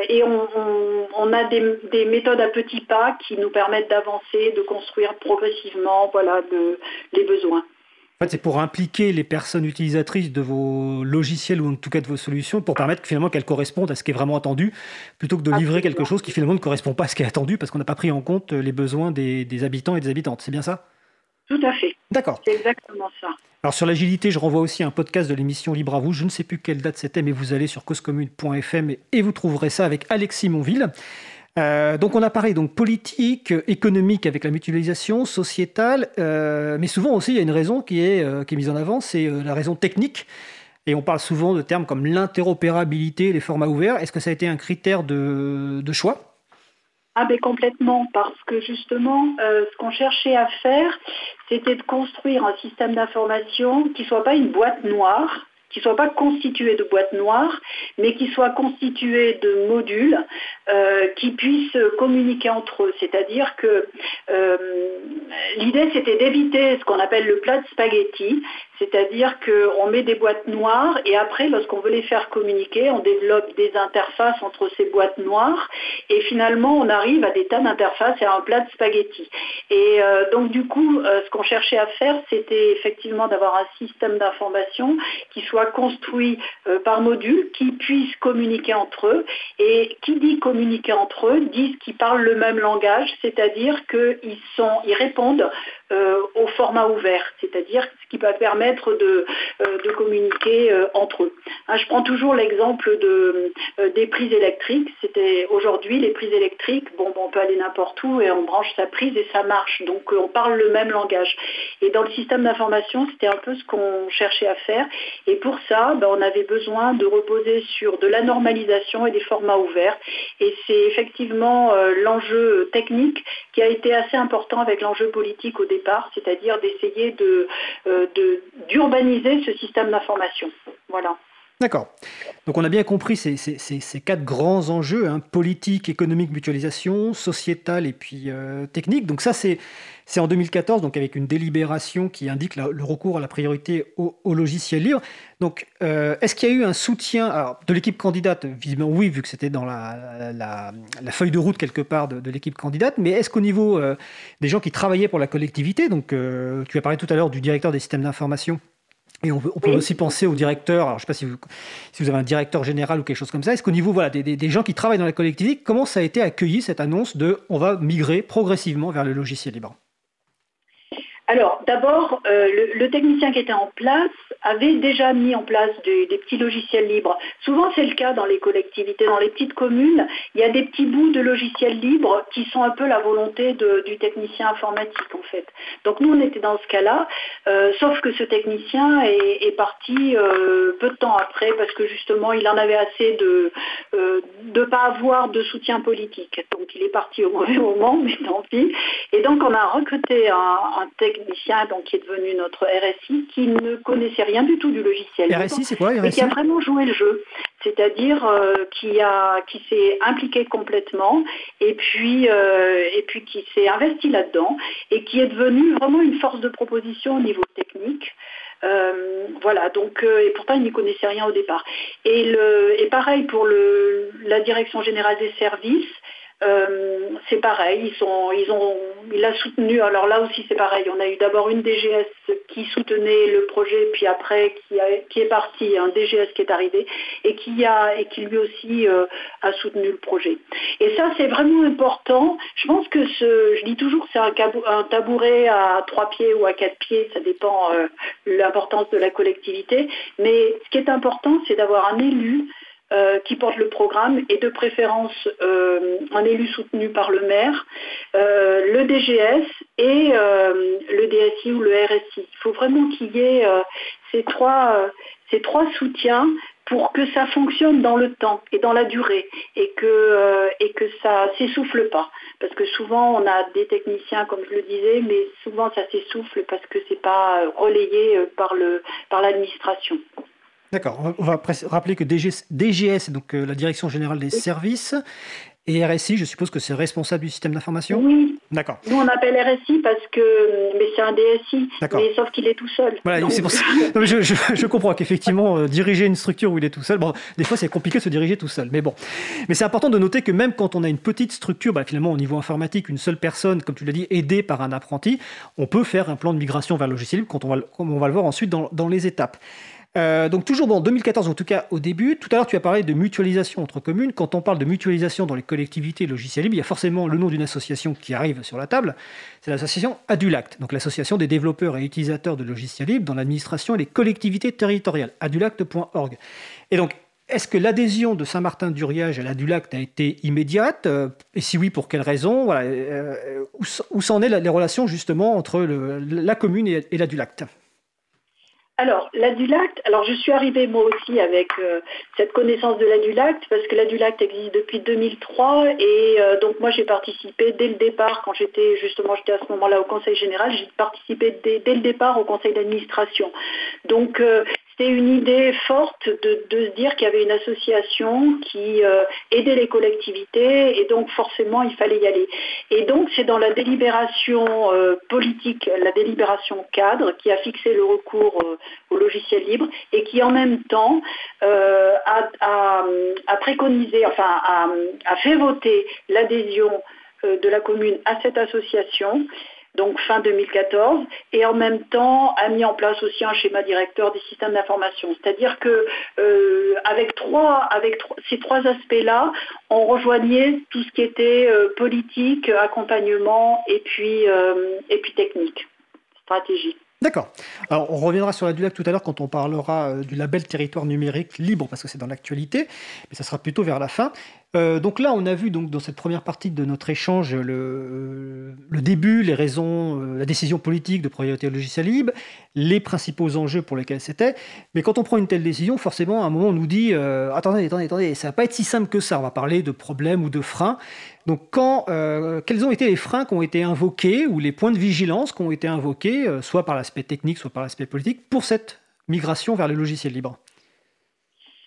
on a des méthodes à petits pas qui nous permettent d'avancer, de construire progressivement, voilà, les besoins. En fait, c'est pour impliquer les personnes utilisatrices de vos logiciels ou en tout cas de vos solutions pour permettre finalement qu'elles correspondent à ce qui est vraiment attendu, plutôt que de livrer quelque chose qui finalement ne correspond pas à ce qui est attendu parce qu'on n'a pas pris en compte les besoins des habitants et des habitantes. C'est bien ça? Tout à fait. D'accord. C'est exactement ça. Alors sur l'agilité, je renvoie aussi à un podcast de l'émission Libre à vous. Je ne sais plus quelle date c'était, mais vous allez sur causecommune.fm et vous trouverez ça avec Alexis Monville. Donc on a parlé donc politique, économique avec la mutualisation, sociétale, mais souvent aussi il y a une raison qui est mise en avant, c'est la raison technique. Et on parle souvent de termes comme l'interopérabilité, les formats ouverts. Est-ce que ça a été un critère de choix ? Ah ben complètement, parce que justement, ce qu'on cherchait à faire, c'était de construire un système d'information qui ne soit pas une boîte noire, qui ne soit pas constitué de boîtes noires, mais qui soit constitué de modules qui puissent communiquer entre eux. C'est-à-dire que l'idée, c'était d'éviter ce qu'on appelle le plat de spaghetti, c'est-à-dire qu'on met des boîtes noires et après, lorsqu'on veut les faire communiquer, on développe des interfaces entre ces boîtes noires et finalement, on arrive à des tas d'interfaces et à un plat de spaghetti. Et donc, du coup, ce qu'on cherchait à faire, c'était effectivement d'avoir un système d'information qui soit construit par module, qui puisse communiquer entre eux. Et qui dit communiquer entre eux, dit qu'ils parlent le même langage, c'est-à-dire qu'ils répondent au format ouvert, c'est-à-dire ce qui va permettre de communiquer entre eux. Je prends toujours l'exemple des prises électriques. C'était aujourd'hui les prises électriques, on peut aller n'importe où et on branche sa prise et ça marche. Donc on parle le même langage. Et dans le système d'information, c'était un peu ce qu'on cherchait à faire. Et pour ça, on avait besoin de reposer sur de la normalisation et des formats ouverts. Et c'est effectivement l'enjeu technique qui a été assez important avec l'enjeu politique au départ, c'est-à-dire d'essayer d'urbaniser ce système d'information. Voilà. D'accord. Donc on a bien compris ces quatre grands enjeux, hein, politique, économique, mutualisation, sociétal et puis technique. Donc ça, c'est en 2014, donc avec une délibération qui indique le recours à la priorité au logiciel libre. Donc est-ce qu'il y a eu un soutien de l'équipe candidate? Visiblement oui, vu que c'était dans la feuille de route quelque part de l'équipe candidate. Mais est-ce qu'au niveau des gens qui travaillaient pour la collectivité, donc tu as parlé tout à l'heure du directeur des systèmes d'information, et on peut aussi penser au directeur, alors je ne sais pas si vous avez un directeur général ou quelque chose comme ça. Est-ce qu'au niveau des gens qui travaillent dans la collectivité, comment ça a été accueilli cette annonce on va migrer progressivement vers le logiciel libre? Alors, d'abord, le technicien qui était en place avait déjà mis en place des petits logiciels libres. Souvent, c'est le cas dans les collectivités, dans les petites communes. Il y a des petits bouts de logiciels libres qui sont un peu la volonté du technicien informatique, en fait. Donc, nous, on était dans ce cas-là, sauf que ce technicien est parti peu de temps après parce que, justement, il en avait assez de ne pas avoir de soutien politique. Donc, il est parti au mauvais moment, mais tant pis. Et donc, on a recruté un technicien donc, qui est devenu notre RSI, qui ne connaissait rien du tout du logiciel. RSI, c'est quoi, RSI? Et qui a vraiment joué le jeu, c'est-à-dire qui s'est impliqué complètement et puis qui s'est investi là-dedans et qui est devenu vraiment une force de proposition au niveau technique. Voilà, donc et pourtant il n'y connaissait rien au départ. Et pareil pour la direction générale des services. C'est pareil, il a soutenu, alors là aussi c'est pareil, on a eu d'abord une DGS qui soutenait le projet, puis après qui est parti, un DGS qui est arrivé et qui lui aussi a soutenu le projet. Et ça c'est vraiment important, je pense que je dis toujours que c'est un tabouret à 3 pieds ou à 4 pieds, ça dépend de l'importance de la collectivité, mais ce qui est important c'est d'avoir un élu qui porte le programme et de préférence un élu soutenu par le maire, le DGS et le DSI ou le RSI. Il faut vraiment qu'il y ait ces trois soutiens pour que ça fonctionne dans le temps et dans la durée et que ça s'essouffle pas. Parce que souvent on a des techniciens comme je le disais, mais souvent ça s'essouffle parce que c'est pas relayé par l'administration. D'accord, on va rappeler que DGS, donc la Direction Générale des Services, et RSI, je suppose que c'est responsable du système d'information? Oui. D'accord. Nous, on appelle RSI mais c'est un DSI, mais sauf qu'il est tout seul. Voilà, donc... c'est pour ça. Non, mais je comprends qu'effectivement, diriger une structure où il est tout seul, bon, des fois c'est compliqué de se diriger tout seul, mais bon. Mais c'est important de noter que même quand on a une petite structure, finalement au niveau informatique, une seule personne, comme tu l'as dit, aidée par un apprenti, on peut faire un plan de migration vers le logiciel libre, comme on va le voir ensuite dans les étapes. Donc toujours en 2014, en tout cas au début. Tout à l'heure, tu as parlé de mutualisation entre communes. Quand on parle de mutualisation dans les collectivités logiciels libres, il y a forcément le nom d'une association qui arrive sur la table. C'est l'association Adulact, donc l'association des développeurs et utilisateurs de logiciels libres dans l'administration et les collectivités territoriales, adulact.org. Et donc, est-ce que l'adhésion de Saint-Martin-d'Uriage à l'Adulact a été immédiate? Et si oui, pour quelles raisons? Voilà, où s'en est les relations justement entre la commune et l'Adulact? Alors, l'Adulact, je suis arrivée moi aussi avec cette connaissance de l'Adulact parce que l'Adulact existe depuis 2003 et donc moi j'ai participé dès le départ quand j'étais à ce moment-là au Conseil général, j'ai participé dès le départ au Conseil d'administration. Donc c'était une idée forte de se dire qu'il y avait une association qui aidait les collectivités et donc forcément il fallait y aller. Et donc c'est dans la délibération politique, la délibération cadre qui a fixé le recours au logiciel libre et qui en même temps a préconisé, a fait voter l'adhésion de la commune à cette association. Donc fin 2014, et en même temps a mis en place aussi un schéma directeur des systèmes d'information. C'est-à-dire que avec ces trois aspects-là, on rejoignait tout ce qui était politique, accompagnement et puis technique, stratégie. D'accord. Alors, on reviendra sur l'Adulact tout à l'heure quand on parlera du label territoire numérique libre, parce que c'est dans l'actualité, mais ça sera plutôt vers la fin. Donc là, on a vu donc, dans cette première partie de notre échange le début, les raisons, la décision politique de priorité au logiciel libre, les principaux enjeux pour lesquels c'était. Mais quand on prend une telle décision, forcément, à un moment, on nous dit attendez, ça va pas être si simple que ça. On va parler de problèmes ou de freins. Donc, quels ont été les freins qui ont été invoqués ou les points de vigilance qui ont été invoqués, soit par l'aspect technique, soit par l'aspect politique, pour cette migration vers le logiciel libre?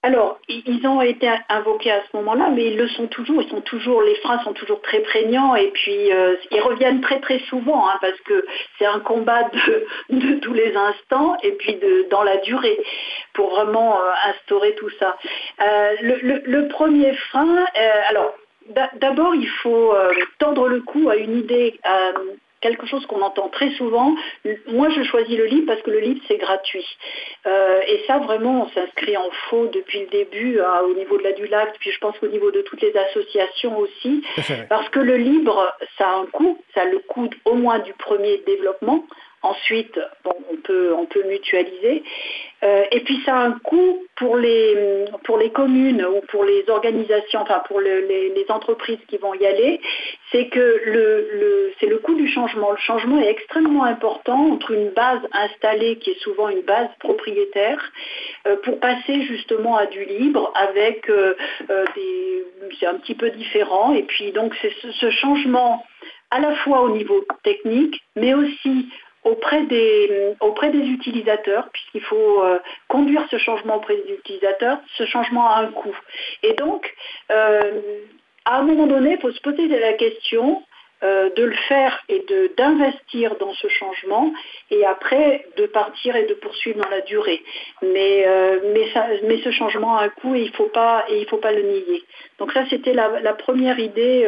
Alors, ils ont été invoqués à ce moment-là, mais ils le sont toujours. Les freins sont toujours très prégnants et puis ils reviennent très très souvent parce que c'est un combat de tous les instants et puis dans la durée pour vraiment instaurer tout ça. Le premier frein, d'abord il faut tendre le cou à une idée. Quelque chose qu'on entend très souvent. Moi, je choisis le livre parce que le livre, c'est gratuit. Et ça, vraiment, on s'inscrit en faux depuis le début, au niveau de la DULAC, puis je pense qu'au niveau de toutes les associations aussi. Parce que le livre, ça a un coût. Ça a le coût au moins du premier développement. Ensuite, on peut mutualiser. Et puis ça a un coût pour les communes ou pour les organisations, enfin pour les entreprises qui vont y aller, c'est que c'est le coût du changement. Le changement est extrêmement important entre une base installée qui est souvent une base propriétaire pour passer justement à du libre avec c'est un petit peu différent. Et puis donc c'est ce changement à la fois au niveau technique, mais aussi auprès des utilisateurs, puisqu'il faut conduire ce changement auprès des utilisateurs. Ce changement a un coût. Et donc, à un moment donné, il faut se poser la question de le faire et d'investir dans ce changement, et après de partir et de poursuivre dans la durée. Mais ce changement a un coût et il faut pas le nier. Donc ça, c'était la première idée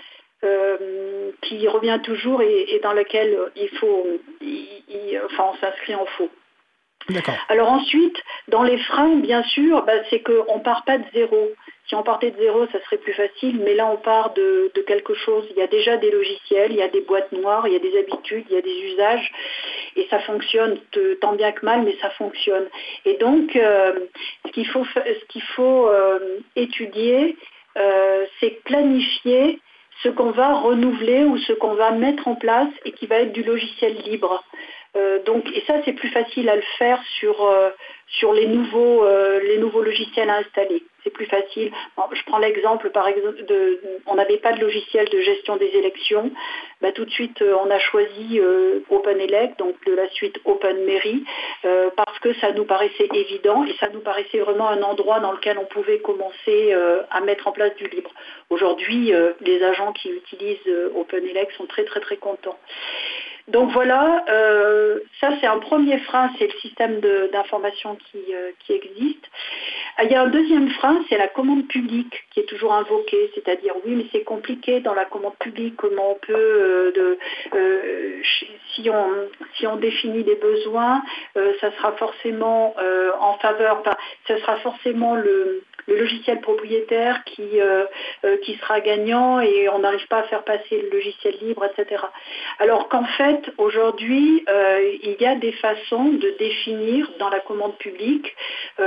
qui revient toujours et dans laquelle on s'inscrit en faux. D'accord. Alors ensuite, dans les freins, bien sûr, c'est qu'on ne part pas de zéro. Si on partait de zéro, ça serait plus facile, mais là on part de quelque chose. Il y a déjà des logiciels, il y a des boîtes noires, il y a des habitudes, il y a des usages, et ça fonctionne tant bien que mal, mais ça fonctionne. Et donc, ce qu'il faut étudier, c'est planifier ce qu'on va renouveler ou ce qu'on va mettre en place et qui va être du logiciel libre. Et ça, c'est plus facile à le faire sur les nouveaux logiciels à installer. C'est plus facile. Je prends l'exemple, par exemple, on n'avait pas de logiciel de gestion des élections. Tout de suite, on a choisi OpenElect, donc de la suite OpenMairie, parce que ça nous paraissait évident et ça nous paraissait vraiment un endroit dans lequel on pouvait commencer à mettre en place du libre. Aujourd'hui, les agents qui utilisent OpenElect sont très très très contents. Donc voilà, ça c'est un premier frein, c'est le système d'information qui existe. Il y a un deuxième frein, c'est la commande publique qui est toujours invoquée, c'est-à-dire oui mais c'est compliqué dans la commande publique, comment on peut, si on définit des besoins, ça sera forcément en faveur, ça sera forcément le logiciel propriétaire qui sera gagnant et on n'arrive pas à faire passer le logiciel libre, etc. Alors qu'en fait, aujourd'hui, il y a des façons de définir dans la commande publique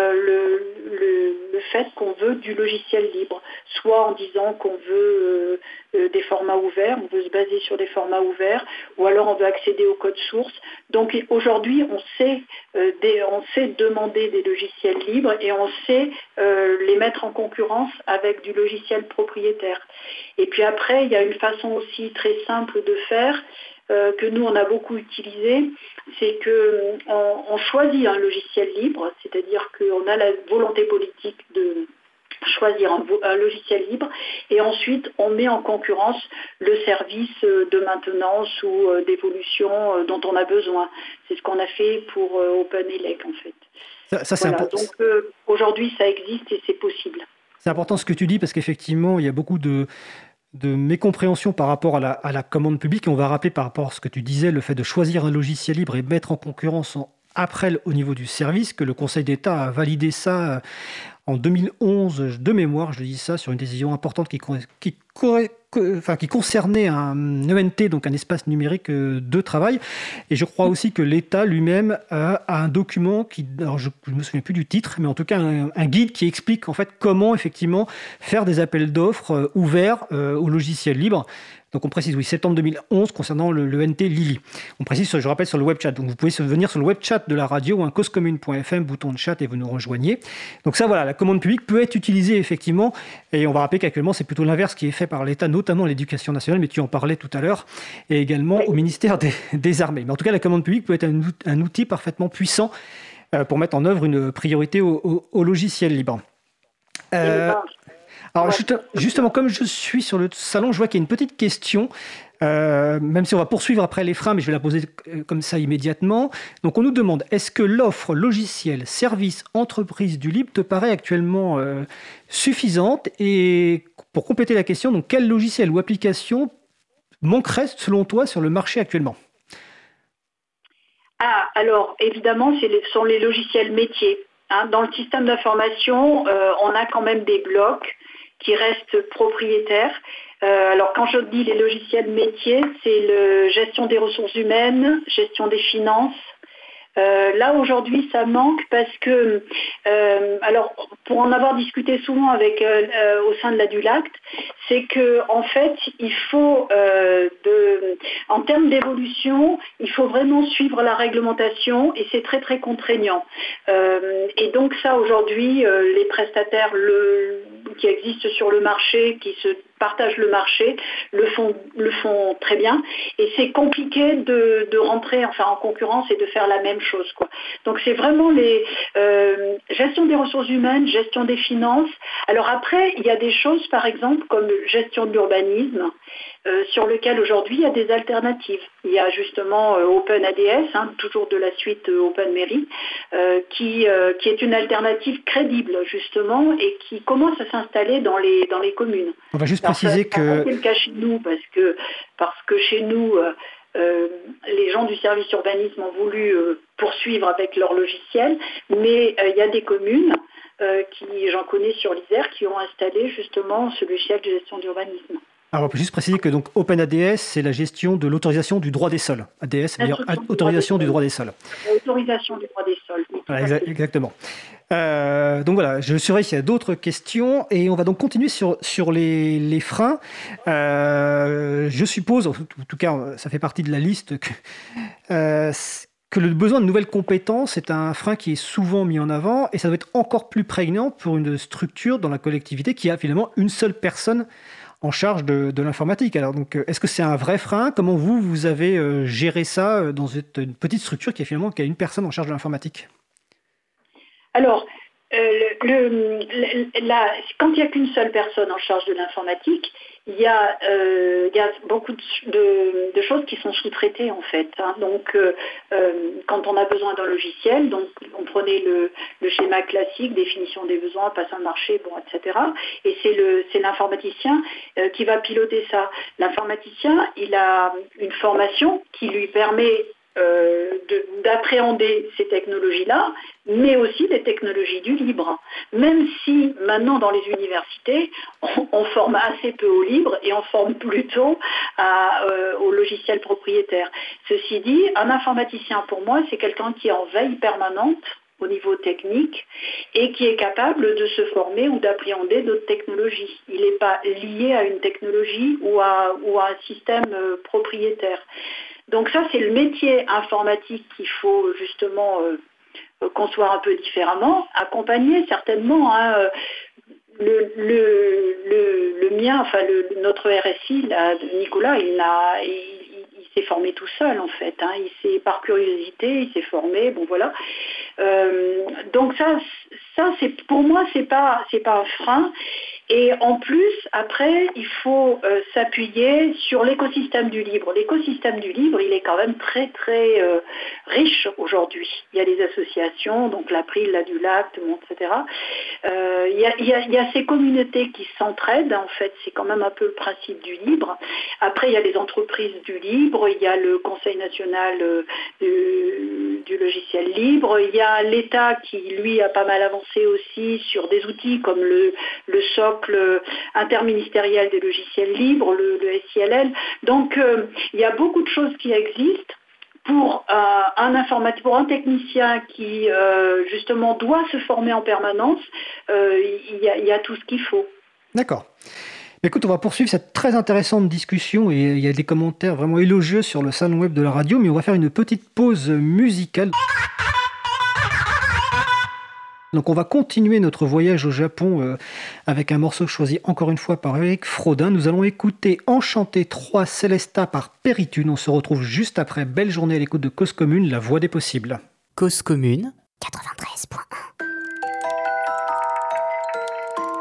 le fait qu'on veut du logiciel libre, soit en disant qu'on veut des formats ouverts, on veut se baser sur des formats ouverts, ou alors on veut accéder au code source. Donc aujourd'hui, on sait demander des logiciels libres et on sait les mettre en concurrence avec du logiciel propriétaire. Et puis après, il y a une façon aussi très simple de faire, que nous on a beaucoup utilisé, c'est qu'on choisit un logiciel libre, c'est-à-dire qu'on a la volonté politique de choisir un logiciel libre et ensuite on met en concurrence le service de maintenance ou d'évolution dont on a besoin. C'est ce qu'on a fait pour OpenElect en fait. Ça, c'est important. Donc aujourd'hui ça existe et c'est possible. C'est important ce que tu dis parce qu'effectivement il y a beaucoup de mécompréhension par rapport à la commande publique. Et on va rappeler par rapport à ce que tu disais, le fait de choisir un logiciel libre et mettre en concurrence après au niveau du service, que le Conseil d'État a validé ça en 2011, de mémoire, je dis ça, sur une décision importante qui concernait un ENT, donc un espace numérique de travail. Et je crois aussi que l'État lui-même a un document alors je ne me souviens plus du titre, mais en tout cas un guide qui explique en fait comment effectivement faire des appels d'offres ouverts au logiciel libre. Donc on précise, oui, septembre 2011, concernant le ENT Lily. On précise, je rappelle, sur le web chat. Donc vous pouvez venir sur le web chat de la radio, causecommune.fm, bouton de chat, et vous nous rejoignez. Donc ça, voilà, la commande publique peut être utilisée effectivement. Et on va rappeler qu'actuellement, c'est plutôt l'inverse qui est fait par l'État, notamment l'Éducation nationale, mais tu en parlais tout à l'heure, et également au ministère des Armées. Mais en tout cas, la commande publique peut être un outil parfaitement puissant pour mettre en œuvre une priorité au logiciel libre. Alors justement, comme je suis sur le salon, je vois qu'il y a une petite question, même si on va poursuivre après les freins, mais je vais la poser comme ça immédiatement. Donc on nous demande, est-ce que l'offre logiciel, service, entreprise du libre te paraît actuellement suffisante? Et pour compléter la question, donc quel logiciel ou application manquerait selon toi sur le marché actuellement? Alors évidemment, sont les logiciels métiers. Dans le système d'information, on a quand même des blocs qui restent propriétaires. Alors quand je dis les logiciels métiers, c'est gestion des ressources humaines, gestion des finances. Là aujourd'hui ça manque parce que, alors pour en avoir discuté souvent avec au sein de la Dulacte, c'est que en fait il faut en termes d'évolution, il faut vraiment suivre la réglementation et c'est très très contraignant. Et donc ça aujourd'hui les prestataires qui existent sur le marché, qui se partagent le marché, le font très bien et c'est compliqué de rentrer en concurrence et de faire la même chose, quoi. Donc c'est vraiment les gestion des ressources humaines, gestion des finances. Alors après, il y a des choses par exemple comme gestion de l'urbanisme sur lequel aujourd'hui il y a des alternatives. Il y a justement OpenADS, toujours de la suite OpenMairie, qui est une alternative crédible justement et qui commence à s'installer dans les communes. On va juste préciser que c'est le cas chez nous parce que chez nous les gens du service urbanisme ont voulu poursuivre avec leur logiciel, mais il y a des communes j'en connais sur l'Isère, qui ont installé justement ce logiciel de gestion d'urbanisme. Alors, on peut juste préciser que donc OpenADS, c'est la gestion de l'autorisation du droit des sols. ADS, c'est-à-dire autorisation du droit des sols. Autorisation du droit des sols. Oui, voilà, exactement. Donc voilà, je surveille s'il y a d'autres questions et on va donc continuer sur les freins. Je suppose, en tout cas, ça fait partie de la liste que le besoin de nouvelles compétences est un frein qui est souvent mis en avant et ça doit être encore plus prégnant pour une structure dans la collectivité qui a finalement une seule personne en charge de l'informatique. Alors donc, est-ce que c'est un vrai frein? Comment vous avez géré ça dans une petite structure qui a une personne en charge de l'informatique? Alors, quand il n'y a qu'une seule personne en charge de l'informatique, il y a beaucoup de choses qui sont sous-traitées en fait. Donc, quand on a besoin d'un logiciel, donc on prenait le schéma classique, définition des besoins, passe un marché, etc. Et c'est l'informaticien qui va piloter ça. L'informaticien, il a une formation qui lui permet d'appréhender ces technologies-là, mais aussi les technologies du libre. Même si maintenant dans les universités, on forme assez peu au libre et on forme plutôt au logiciel propriétaire. Ceci dit, un informaticien pour moi, c'est quelqu'un qui est en veille permanente au niveau technique et qui est capable de se former ou d'appréhender d'autres technologies. Il n'est pas lié à une technologie ou à un système propriétaire. Donc ça, c'est le métier informatique qu'il faut justement concevoir un peu différemment, accompagner certainement le mien, notre RSI, là, Nicolas, il s'est formé tout seul en fait. Il s'est par curiosité, il s'est formé, voilà. Donc ça c'est pour moi c'est pas un frein. Et en plus, après, il faut s'appuyer sur l'écosystème du libre. L'écosystème du libre, il est quand même très, très riche aujourd'hui. Il y a des associations, donc l'April, la Dulacte, etc. Il y a ces communautés qui s'entraident, en fait. C'est quand même un peu le principe du libre. Après, il y a les entreprises du libre. Il y a le Conseil national du logiciel libre. Il y a l'État qui, lui, a pas mal avancé aussi sur des outils comme le socle interministériel des logiciels libres, le SILL. Donc, il y a beaucoup de choses qui existent pour un technicien qui, justement, doit se former en permanence. Il y a tout ce qu'il faut. D'accord. Écoute, on va poursuivre cette très intéressante discussion et il y a des commentaires vraiment élogieux sur le salon web de la radio, mais on va faire une petite pause musicale. Donc on va continuer notre voyage au Japon avec un morceau choisi encore une fois par Eric Frodin. Nous allons écouter Enchanté 3 Célesta par Péritude. On se retrouve juste après. Belle journée à l'écoute de Cause Commune, la voix des possibles. Cause Commune 93.1.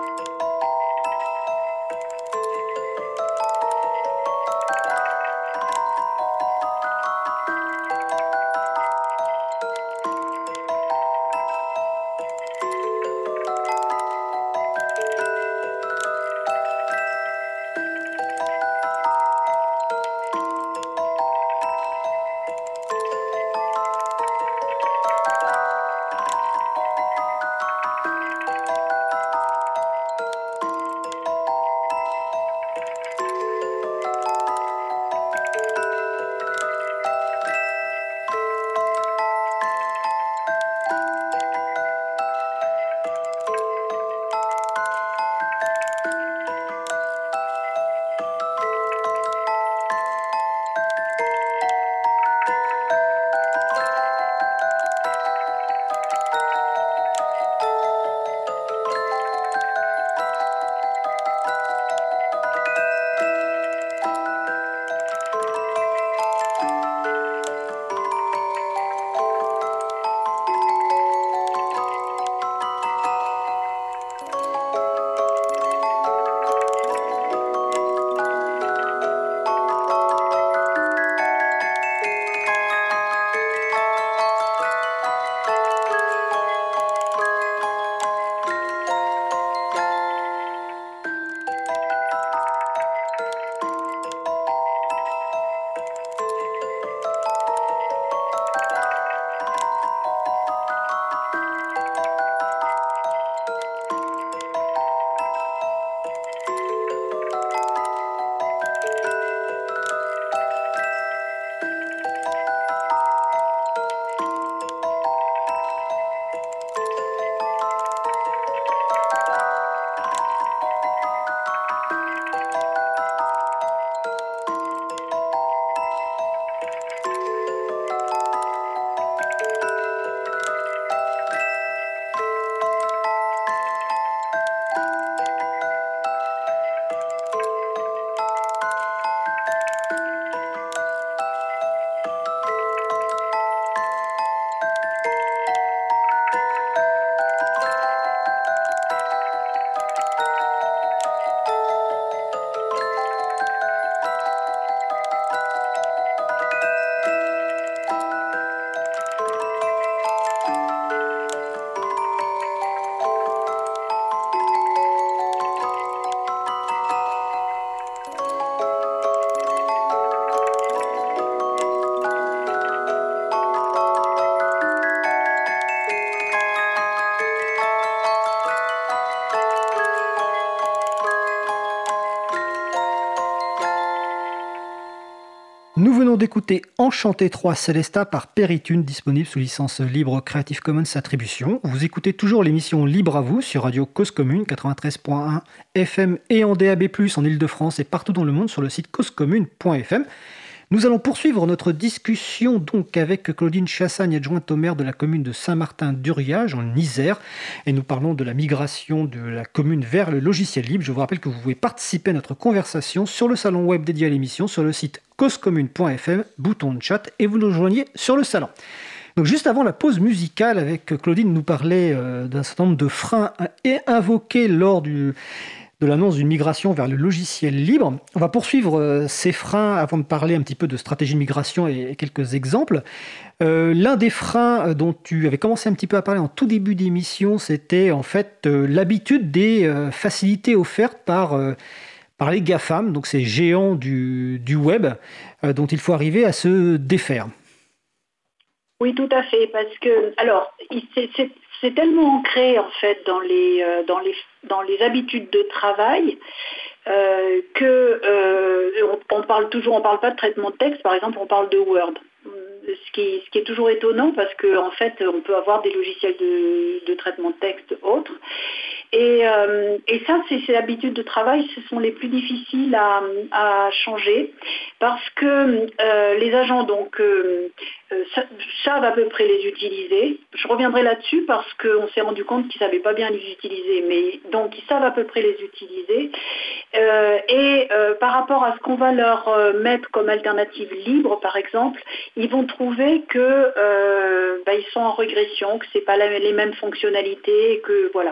Nous venons d'écouter Enchanté 3 Célesta par Péritune, disponible sous licence libre Creative Commons Attribution. Vous écoutez toujours l'émission Libre à vous sur Radio Cause Commune 93.1 FM et en DAB+, en Ile-de-France et partout dans le monde sur le site causecommune.fm. Nous allons poursuivre notre discussion donc avec Claudine Chassagne, adjointe au maire de la commune de Saint-Martin-d'Uriage en Isère. Et nous parlons de la migration de la commune vers le logiciel libre. Je vous rappelle que vous pouvez participer à notre conversation sur le salon web dédié à l'émission, sur le site causecommune.fm, bouton de chat, et vous nous rejoignez sur le salon. Donc juste avant la pause musicale, avec Claudine nous parlait d'un certain nombre de freins invoqués lors de l'annonce d'une migration vers le logiciel libre. On va poursuivre ces freins avant de parler un petit peu de stratégie de migration et quelques exemples. L'un des freins dont tu avais commencé un petit peu à parler en tout début d'émission, c'était en fait l'habitude des facilités offertes par les GAFAM, donc ces géants du web, dont il faut arriver à se défaire. Oui, tout à fait, parce que, alors, c'est tellement ancré en fait dans les habitudes de travail que on parle pas de traitement de texte, par exemple, on parle de Word. Ce qui est toujours étonnant parce qu'en fait, on peut avoir des logiciels de traitement de texte autres. Et ça, ces habitudes de travail, ce sont les plus difficiles à changer parce que les agents donc savent à peu près les utiliser. Je reviendrai là-dessus parce qu'on s'est rendu compte qu'ils ne savaient pas bien les utiliser, mais donc ils savent à peu près les utiliser. Par rapport à ce qu'on va leur mettre comme alternative libre, par exemple, ils vont trouver que ils sont en régression, que c'est pas les mêmes fonctionnalités, que voilà.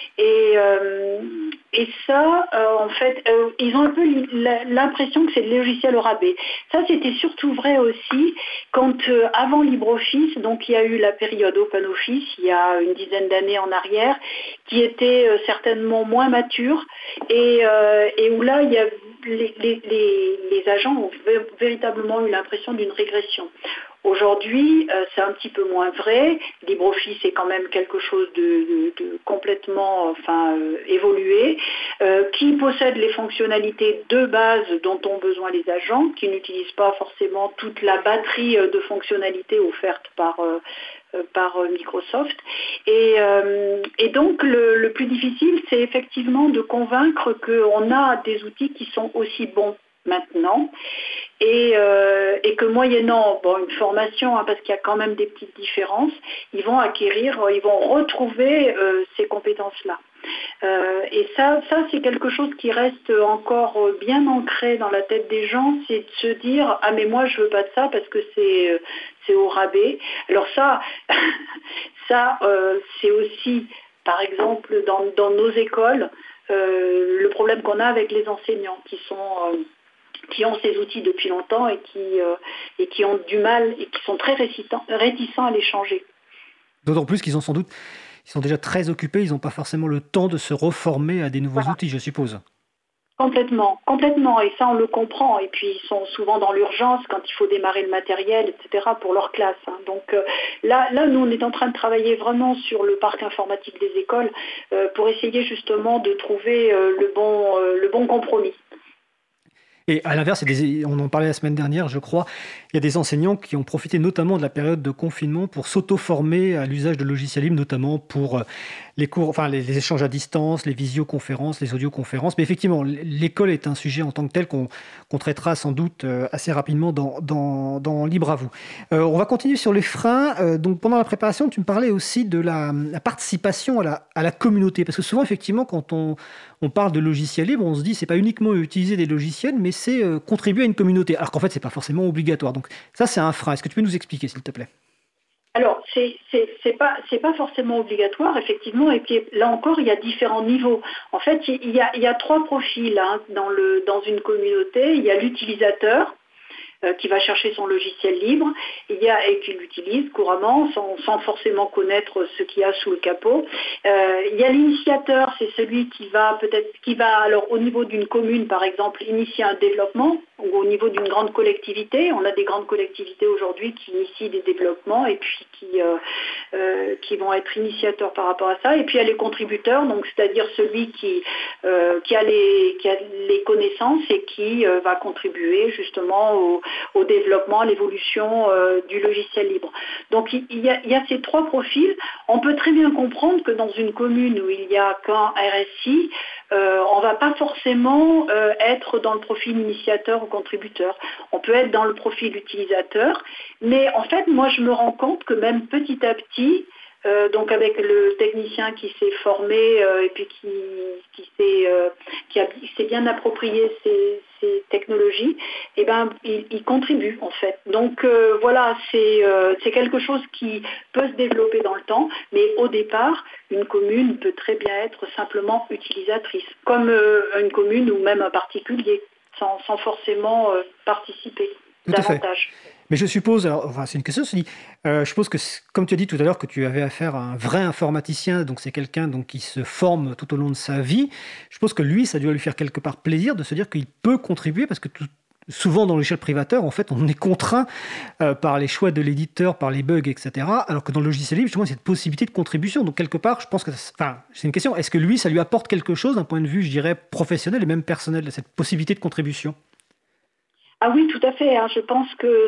Et ça, en fait, ils ont un peu l'impression que c'est le logiciel au rabais. Ça, c'était surtout vrai aussi quand, avant LibreOffice, donc il y a eu la période OpenOffice, il y a une dizaine d'années en arrière, qui était certainement moins mature et où là, il y a les agents ont véritablement eu l'impression d'une régression. Aujourd'hui, c'est un petit peu moins vrai. LibreOffice est quand même quelque chose de complètement évolué, qui possède les fonctionnalités de base dont ont besoin les agents, qui n'utilisent pas forcément toute la batterie de fonctionnalités offertes par Microsoft. Et donc, le plus difficile, c'est effectivement de convaincre qu'on a des outils qui sont aussi bons maintenant et que moyennant une formation, parce qu'il y a quand même des petites différences, ils vont retrouver ces compétences-là. Et ça c'est quelque chose qui reste encore bien ancré dans la tête des gens, c'est de se dire ah mais moi je veux pas de ça parce que c'est au rabais. Alors ça c'est aussi par exemple dans nos écoles le problème qu'on a avec les enseignants qui ont ces outils depuis longtemps et qui ont du mal et qui sont très réticents à les changer. D'autant plus qu'ils sont déjà très occupés, ils n'ont pas forcément le temps de se reformer à des nouveaux outils, je suppose. Complètement. Et ça, on le comprend. Et puis, ils sont souvent dans l'urgence quand il faut démarrer le matériel, etc., pour leur classe. Donc là, nous, on est en train de travailler vraiment sur le parc informatique des écoles pour essayer justement de trouver le bon compromis. Et à l'inverse, on en parlait la semaine dernière, je crois, il y a des enseignants qui ont profité notamment de la période de confinement pour s'auto-former à l'usage de logiciels libres, notamment pour les cours, les échanges à distance, les visioconférences, les audioconférences. Mais effectivement, l'école est un sujet en tant que tel qu'on traitera sans doute assez rapidement dans Libre à vous. On va continuer sur les freins. Donc pendant la préparation, tu me parlais aussi de la participation à la communauté. Parce que souvent, effectivement, quand on parle de logiciels libres, on se dit c'est pas uniquement utiliser des logiciels, mais c'est contribuer à une communauté. Alors qu'en fait, c'est pas forcément obligatoire. Donc ça, c'est un frein. Est-ce que tu peux nous expliquer, s'il te plaît ? Alors, c'est pas forcément obligatoire, effectivement, et puis là encore, il y a différents niveaux. En fait, il y a trois profils dans une communauté. Il y a l'utilisateur qui va chercher son logiciel libre et qui l'utilise couramment sans forcément connaître ce qu'il y a sous le capot. Il y a l'initiateur, c'est celui qui va alors au niveau d'une commune par exemple initier un développement, ou au niveau d'une grande collectivité. On a des grandes collectivités aujourd'hui qui initient des développements et puis qui vont être initiateurs par rapport à ça. Et puis il y a les contributeurs, donc c'est-à-dire celui qui a les connaissances et qui va contribuer justement au développement, à l'évolution du logiciel libre. Donc il y a ces trois profils. On peut très bien comprendre que dans une commune où il n'y a qu'un RSI, on ne va pas forcément être dans le profil initiateur ou contributeur. On peut être dans le profil utilisateur, mais en fait, moi, je me rends compte que même petit à petit, donc avec le technicien qui s'est formé et puis qui s'est bien approprié ces technologies, eh ben, il contribue en fait. Donc voilà, c'est quelque chose qui peut se développer dans le temps, mais au départ, une commune peut très bien être simplement utilisatrice, comme une commune ou même un particulier, sans forcément participer davantage. Mais je suppose, c'est une question, je suppose que, comme tu as dit tout à l'heure, que tu avais affaire à un vrai informaticien, donc c'est quelqu'un qui se forme tout au long de sa vie. Je suppose que lui, ça doit lui faire quelque part plaisir de se dire qu'il peut contribuer, parce que souvent dans l'échelle privateur, en fait, on est contraint par les choix de l'éditeur, par les bugs, etc. Alors que dans le logiciel libre, justement, il y a cette possibilité de contribution. Donc quelque part, je pense que, c'est une question, est-ce que lui, ça lui apporte quelque chose d'un point de vue, je dirais, professionnel et même personnel, cette possibilité de contribution ? Ah oui, tout à fait. Je pense que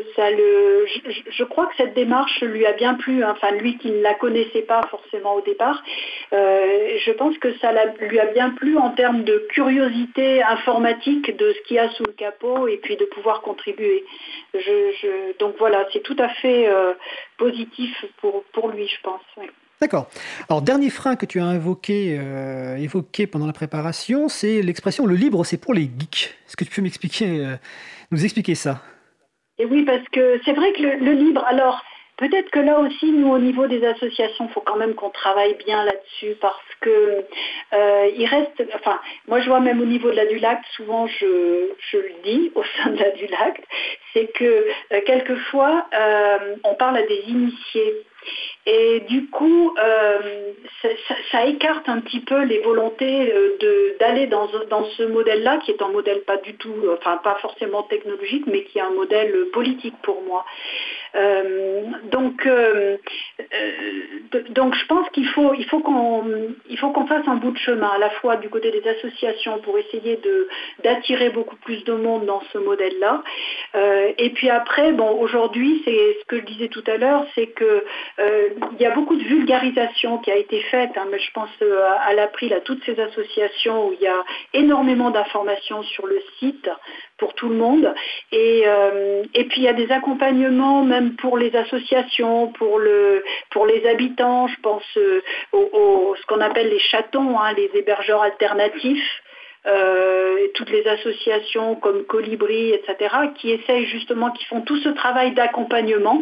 je crois que cette démarche lui a bien plu. Enfin, lui qui ne la connaissait pas forcément au départ, je pense que ça lui a bien plu en termes de curiosité informatique de ce qu'il y a sous le capot et puis de pouvoir contribuer. Donc voilà, c'est tout à fait positif pour lui, je pense. Oui. D'accord. Alors, dernier frein que tu as évoqué pendant la préparation, c'est l'expression « le libre, c'est pour les geeks ». Est-ce que tu peux nous expliquer ça ? Et oui, parce que c'est vrai que le libre, alors peut-être que là aussi, nous, au niveau des associations, il faut quand même qu'on travaille bien là-dessus parce que il reste, enfin, moi je vois même au niveau de la DULACT, souvent je le dis au sein de la DULACT, c'est que quelquefois, on parle à des initiés. Et du coup, ça écarte un petit peu les volontés d'aller dans ce modèle-là, qui est un modèle pas du tout, enfin pas forcément technologique, mais qui est un modèle politique pour moi. Donc je pense qu'il faut qu'on fasse un bout de chemin, à la fois du côté des associations pour essayer d'attirer beaucoup plus de monde dans ce modèle-là. Et puis après, aujourd'hui, c'est ce que je disais tout à l'heure, c'est que il y a beaucoup de vulgarisation qui a été faite, mais je pense à l'April, à toutes ces associations où il y a énormément d'informations sur le site pour tout le monde. Et puis il y a des accompagnements même pour les associations, pour les habitants, je pense ce qu'on appelle les chatons, les hébergeurs alternatifs. Toutes les associations comme Colibri, etc., qui essayent justement, qui font tout ce travail d'accompagnement.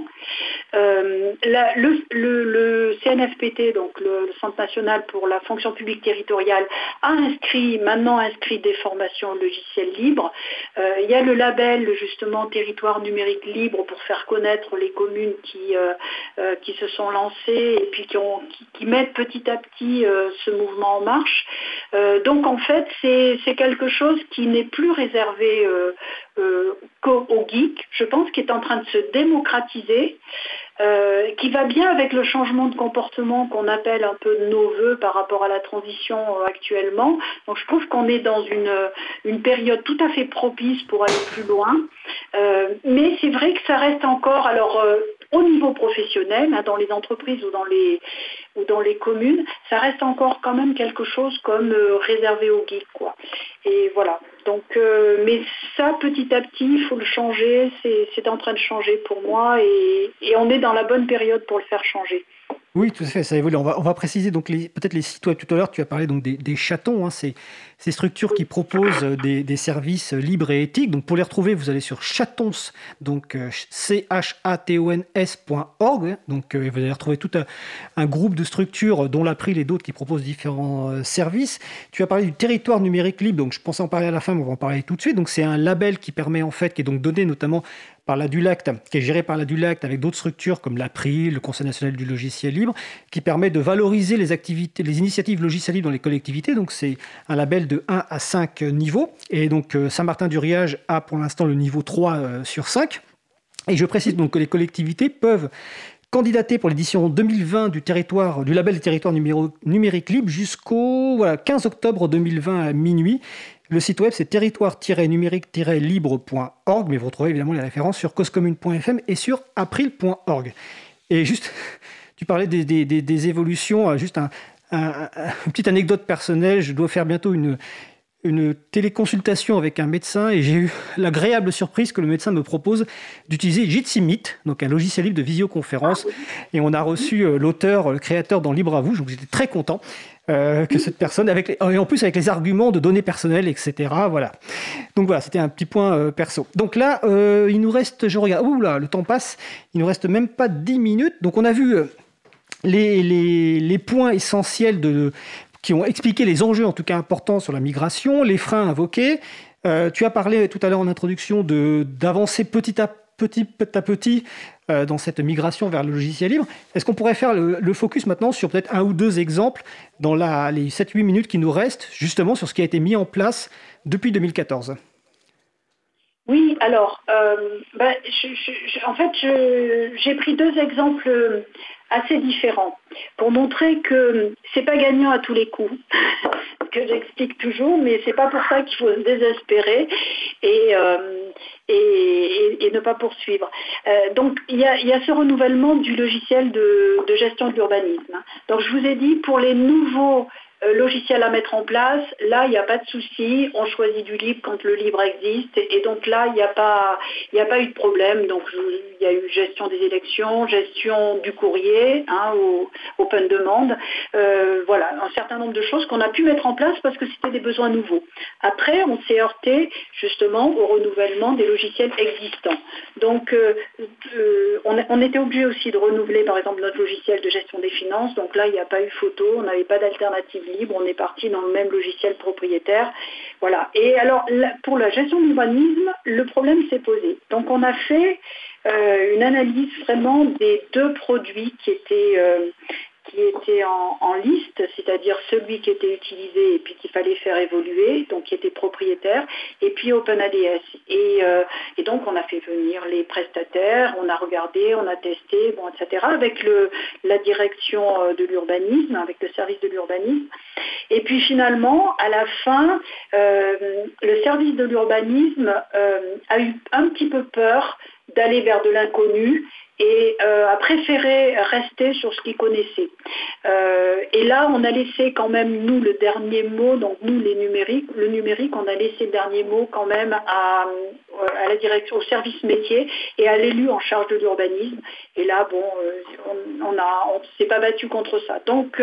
Le CNFPT, donc le Centre national pour la fonction publique territoriale, a maintenant inscrit des formations logicielles libres. Il y a le label justement Territoire numérique libre pour faire connaître les communes qui se sont lancées et puis qui mettent petit à petit ce mouvement en marche. Donc en fait, c'est quelque chose qui n'est plus réservé qu'aux geeks, je pense, qui est en train de se démocratiser, qui va bien avec le changement de comportement qu'on appelle un peu nos voeux par rapport à la transition actuellement. Donc je trouve qu'on est dans une période tout à fait propice pour aller plus loin. Mais c'est vrai que ça reste encore, alors au niveau professionnel, dans les entreprises ou dans les communes, ça reste encore quand même quelque chose comme réservé aux geeks, quoi. Et voilà. Donc, mais ça, petit à petit, il faut le changer. C'est en train de changer pour moi et on est dans la bonne période pour le faire changer. Oui, tout à fait, ça évolue. On va préciser donc peut-être les sites web. Tout à l'heure, tu as parlé donc des chatons, ces structures qui proposent des services libres et éthiques. Donc pour les retrouver, vous allez sur chatons, donc chatons.org. Donc vous allez retrouver tout un groupe de structures, dont l'April et d'autres qui proposent différents services. Tu as parlé du territoire numérique libre. Donc je pensais en parler à la fin, mais on va en parler tout de suite. Donc c'est un label qui permet en fait, qui est donc donné notamment par la DULACT, qui est géré par la DULACT avec d'autres structures comme l'April, le Conseil national du logiciel libre, qui permet de valoriser les initiatives logicielles libres dans les collectivités. Donc c'est un label de 1 à 5 niveaux. Et donc Saint-Martin-du-Riage a pour l'instant le niveau 3 sur 5. Et je précise donc que les collectivités peuvent candidater pour l'édition 2020 du label des territoires numériques libres jusqu'au 15 octobre 2020 à minuit. Le site web, c'est territoire-numérique-libre.org, mais vous retrouvez évidemment les références sur causecommune.fm et sur april.org. Et juste, tu parlais des évolutions, juste une petite anecdote personnelle. Je dois faire bientôt une téléconsultation avec un médecin et j'ai eu l'agréable surprise que le médecin me propose d'utiliser Jitsi Meet, donc un logiciel libre de visioconférence. Et on a reçu l'auteur, le créateur dans Libre à vous, donc j'étais très content que cette personne, et en plus avec les arguments de données personnelles, etc. Voilà. Donc voilà, c'était un petit point perso. Donc là, il nous reste, je regarde, le temps passe, il nous reste même pas 10 minutes. Donc on a vu les points essentiels qui ont expliqué les enjeux, en tout cas importants, sur la migration, les freins invoqués. Tu as parlé tout à l'heure en introduction d'avancer petit à petit dans cette migration vers le logiciel libre. Est-ce qu'on pourrait faire le focus maintenant sur peut-être un ou deux exemples dans les 7-8 minutes qui nous restent, justement sur ce qui a été mis en place depuis 2014 ? Oui, alors, en fait, j'ai pris deux exemples assez différents pour montrer que c'est pas gagnant à tous les coups, ce que j'explique toujours, mais c'est pas pour ça qu'il faut se désespérer et ne pas poursuivre. Donc, il y a ce renouvellement du logiciel de gestion de l'urbanisme. Donc, je vous ai dit, pour les nouveaux logiciel à mettre en place, là il n'y a pas de souci, on choisit du libre quand le libre existe et donc là il n'y a pas eu de problème. Donc il y a eu gestion des élections, gestion du courrier, open demande, voilà, un certain nombre de choses qu'on a pu mettre en place parce que c'était des besoins nouveaux. Après on s'est heurté justement au renouvellement des logiciels existants. Donc on était obligé aussi de renouveler par exemple notre logiciel de gestion des finances, donc là il n'y a pas eu photo, on n'avait pas d'alternative libre, on est parti dans le même logiciel propriétaire. Voilà. Et alors, pour la gestion de l'urbanisme, le problème s'est posé. Donc, on a fait une analyse vraiment des deux produits qui étaient en liste, c'est-à-dire celui qui était utilisé et puis qu'il fallait faire évoluer, donc qui était propriétaire, et puis OpenADS. Et donc on a fait venir les prestataires, on a regardé, on a testé, etc. avec la direction de l'urbanisme, avec le service de l'urbanisme. Et puis finalement, à la fin, le service de l'urbanisme a eu un petit peu peur d'aller vers de l'inconnu et a préféré rester sur ce qu'il connaissait. Et là, on a laissé quand même, nous, le dernier mot, donc nous, le numérique, on a laissé le dernier mot quand même à la direction, au service métier et à l'élu en charge de l'urbanisme. Et là, on s'est pas battu contre ça. Donc,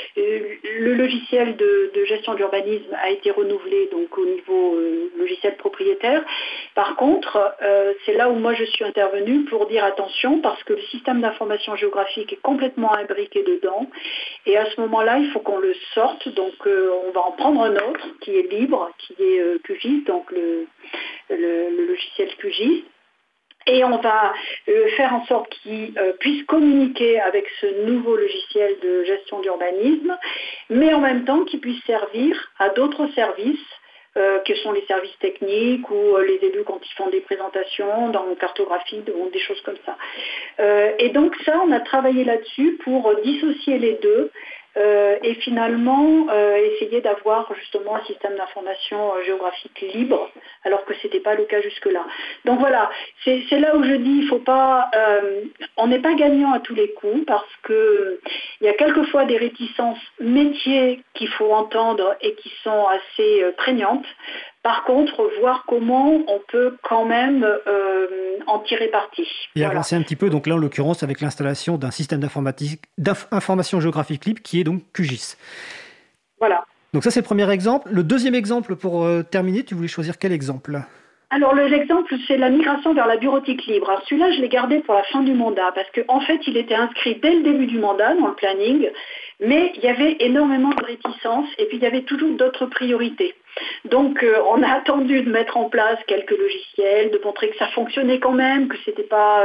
le logiciel de gestion de l'urbanisme a été renouvelé donc au niveau logiciel propriétaire. Par contre, c'est là où moi je suis intervenue pour dire attention, parce que le système d'information géographique est complètement imbriqué dedans. Et à ce moment-là, il faut qu'on le sorte. Donc, on va en prendre un autre qui est libre, qui est QGIS, donc le logiciel QGIS. Et on va faire en sorte qu'il puisse communiquer avec ce nouveau logiciel de gestion d'urbanisme, mais en même temps qu'il puisse servir à d'autres services, que sont les services techniques ou les élus quand ils font des présentations dans une cartographie, des choses comme ça. Et donc ça, on a travaillé là-dessus pour dissocier les deux. Et finalement essayer d'avoir justement un système d'information géographique libre, alors que ce n'était pas le cas jusque-là. Donc voilà, c'est là où je dis, il faut pas, on n'est pas gagnant à tous les coups, parce que il y a quelquefois des réticences métiers qu'il faut entendre et qui sont assez prégnantes. Par contre, voir comment on peut quand même en tirer parti. Et avancer un petit peu, donc là en l'occurrence avec l'installation d'un système d'information géographique libre qui est donc QGIS. Voilà. Donc ça c'est le premier exemple. Le deuxième exemple pour terminer, tu voulais choisir quel exemple ? Alors l'exemple, c'est la migration vers la bureautique libre. Alors celui-là, je l'ai gardé pour la fin du mandat, parce qu'en fait, il était inscrit dès le début du mandat dans le planning, mais il y avait énormément de réticences et puis il y avait toujours d'autres priorités. Donc on a attendu de mettre en place quelques logiciels, de montrer que ça fonctionnait quand même, que c'était pas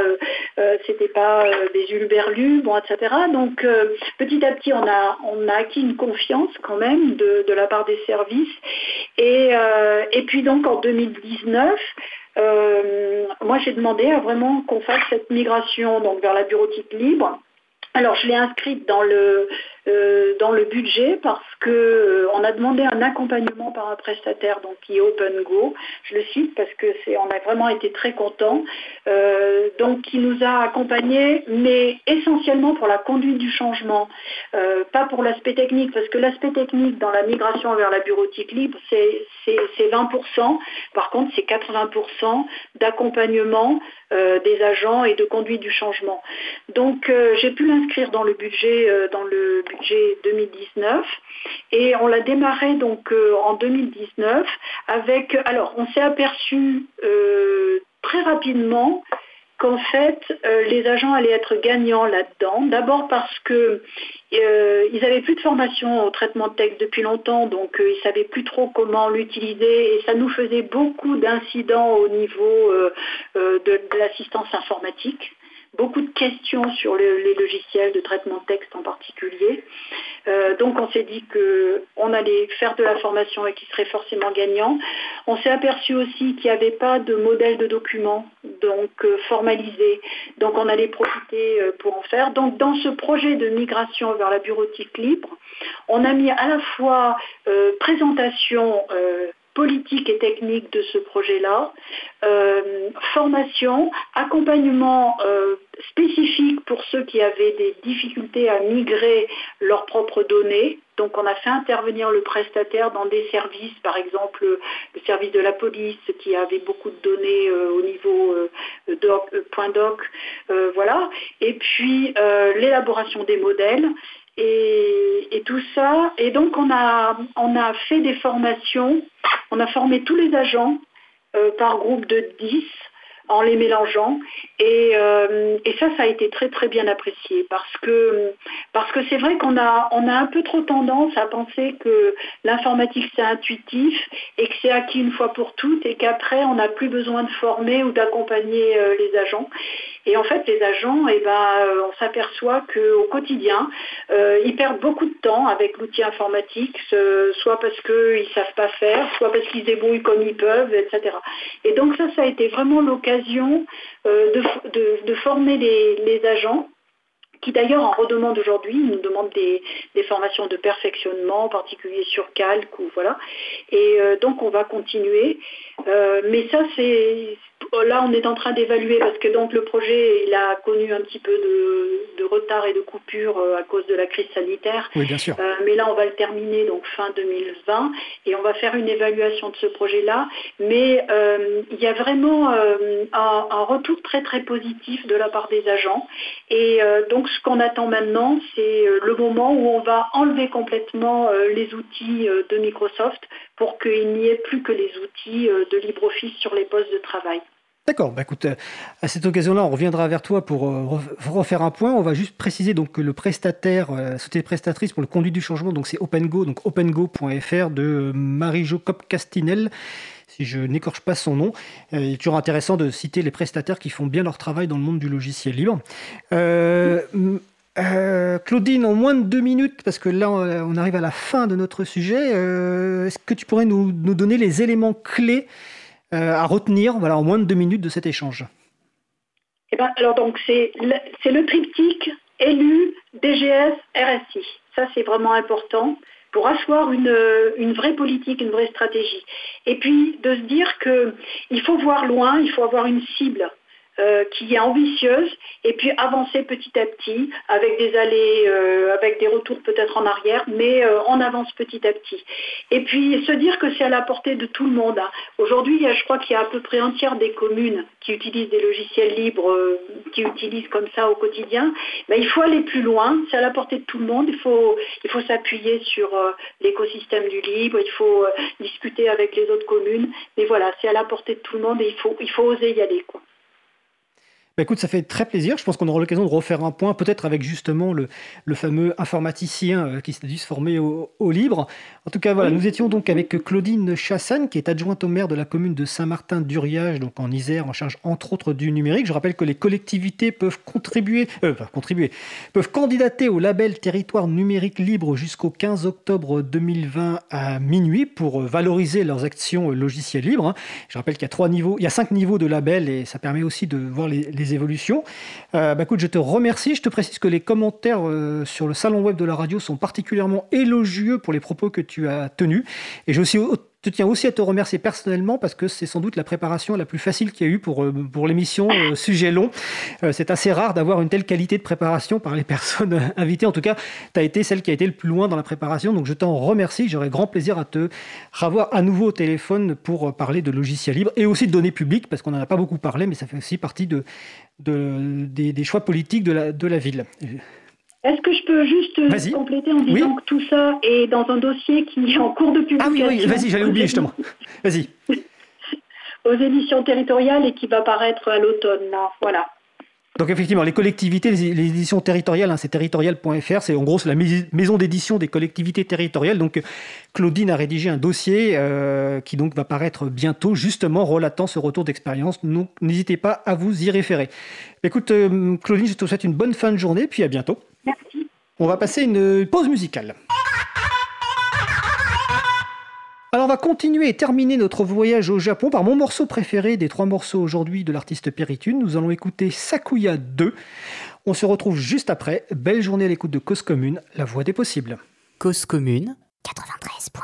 des huluberlus, etc. Donc petit à petit on a acquis une confiance quand même de la part des services et puis donc en 2019 moi j'ai demandé à vraiment qu'on fasse cette migration donc vers la bureautique libre. Alors je l'ai inscrite dans le budget parce que on a demandé un accompagnement par un prestataire donc qui est OpenGo. Je le cite parce que on a vraiment été très contents. Donc qui nous a accompagnés, mais essentiellement pour la conduite du changement, pas pour l'aspect technique, parce que l'aspect technique dans la migration vers la bureautique libre, c'est 20%. Par contre, c'est 80% d'accompagnement des agents et de conduite du changement. Donc j'ai pu l'inscrire dans le budget 2019 et on l'a démarré donc en 2019 avec. Alors on s'est aperçu très rapidement qu'en fait, les agents allaient être gagnants là-dedans. D'abord parce que ils n'avaient plus de formation au traitement de texte depuis longtemps, donc ils ne savaient plus trop comment l'utiliser et ça nous faisait beaucoup d'incidents au niveau de l'assistance informatique. Beaucoup de questions sur les logiciels de traitement de texte en particulier. Donc on s'est dit qu'on allait faire de la formation et qu'il serait forcément gagnant. On s'est aperçu aussi qu'il n'y avait pas de modèle de document donc formalisé. Donc on allait profiter pour en faire. Donc dans ce projet de migration vers la bureautique libre, on a mis à la fois présentation politique et technique de ce projet-là, formation, accompagnement spécifique pour ceux qui avaient des difficultés à migrer leurs propres données. Donc on a fait intervenir le prestataire dans des services, par exemple le service de la police qui avait beaucoup de données au niveau point doc, voilà. Et puis l'élaboration des modèles. Et tout ça. Et donc on a fait des formations. On a formé tous les agents par groupe de 10 en les mélangeant. Et ça a été très très bien apprécié parce que c'est vrai qu'on a un peu trop tendance à penser que l'informatique c'est intuitif et que c'est acquis une fois pour toutes et qu'après on n'a plus besoin de former ou d'accompagner les agents. Et en fait, les agents, on s'aperçoit qu'au quotidien, ils perdent beaucoup de temps avec l'outil informatique, soit parce qu'ils ne savent pas faire, soit parce qu'ils se débrouillent comme ils peuvent, etc. Et donc ça a été vraiment l'occasion de former les agents qui d'ailleurs en redemandent aujourd'hui, ils nous demandent des formations de perfectionnement, en particulier sur Calc ou voilà. Et donc on va continuer. Mais ça là on est en train d'évaluer parce que donc le projet il a connu un petit peu de retard et de coupure à cause de la crise sanitaire. Oui, bien sûr. Mais là on va le terminer donc fin 2020 et on va faire une évaluation de ce projet-là. Mais il y a vraiment un retour très très positif de la part des agents. Et donc ce qu'on attend maintenant, c'est le moment où on va enlever complètement les outils de Microsoft pour qu'il n'y ait plus que les outils de LibreOffice sur les postes de travail. D'accord, écoute, à cette occasion-là, on reviendra vers toi pour refaire un point. On va juste préciser donc, que le prestataire, la société prestatrice pour le conduit du changement, donc c'est OpenGo, donc opengo.fr de Marie-Jo Kopp-Castinel, si je n'écorche pas son nom. Il est toujours intéressant de citer les prestataires qui font bien leur travail dans le monde du logiciel libre. Claudine, en moins de 2 minutes, parce que là on arrive à la fin de notre sujet, est-ce que tu pourrais nous donner les éléments clés à retenir en moins de 2 minutes de cet échange? Alors donc c'est le triptyque élu, DGS, RSI. Ça c'est vraiment important pour asseoir une vraie politique, une vraie stratégie. Et puis de se dire qu'il faut voir loin, il faut avoir une cible qui est ambitieuse et puis avancer petit à petit avec des allées, avec des retours peut-être en arrière, mais on avance petit à petit. Et puis se dire que c'est à la portée de tout le monde. Aujourd'hui, je crois qu'il y a à peu près un tiers des communes qui utilisent des logiciels libres, qui utilisent comme ça au quotidien. Mais il faut aller plus loin, c'est à la portée de tout le monde. Il faut s'appuyer sur l'écosystème du libre, il faut discuter avec les autres communes. Mais voilà, c'est à la portée de tout le monde et il faut oser y aller, quoi. Bah, écoute, ça fait très plaisir. Je pense qu'on aura l'occasion de refaire un point, peut-être avec justement le fameux informaticien qui s'est dû se former au Libre. En tout cas, voilà, nous étions donc avec Claudine Chassagne, qui est adjointe au maire de la commune de Saint-Martin-d'Uriage, donc en Isère, en charge entre autres du numérique. Je rappelle que les collectivités peuvent peuvent candidater au label Territoire numérique libre jusqu'au 15 octobre 2020 à minuit pour valoriser leurs actions logicielles libres. Je rappelle qu'il y a 5 niveaux de label et ça permet aussi de voir les évolutions. Écoute, je te remercie. Je te précise que les commentaires sur le salon web de la radio sont particulièrement élogieux pour les propos que tu as tenus. Et je tiens aussi à te remercier personnellement parce que c'est sans doute la préparation la plus facile qu'il y a eu pour l'émission Sujet long. C'est assez rare d'avoir une telle qualité de préparation par les personnes invitées. En tout cas, tu as été celle qui a été le plus loin dans la préparation. Donc je t'en remercie. J'aurai grand plaisir à te revoir à nouveau au téléphone pour parler de logiciels libres et aussi de données publiques parce qu'on n'en a pas beaucoup parlé, mais ça fait aussi partie des choix politiques de la ville. Est-ce que je peux juste compléter en disant que tout ça est dans un dossier qui est en cours de publication? Ah oui, vas-y, j'allais oublier justement. Vas-y. Aux éditions territoriales et qui va paraître à l'automne, là. Voilà. Donc effectivement, les collectivités, les éditions territoriales, c'est territorial.fr, c'est la maison d'édition des collectivités territoriales. Donc Claudine a rédigé un dossier qui donc va paraître bientôt, justement relatant ce retour d'expérience. Donc n'hésitez pas à vous y référer. Écoute, Claudine, je te souhaite une bonne fin de journée, puis à bientôt. Merci. On va passer une pause musicale. Alors on va continuer et terminer notre voyage au Japon par mon morceau préféré des 3 morceaux aujourd'hui de l'artiste Péritune. Nous allons écouter Sakuya 2. On se retrouve juste après. Belle journée à l'écoute de Cause Commune, la voix des possibles. Cause Commune 93.1.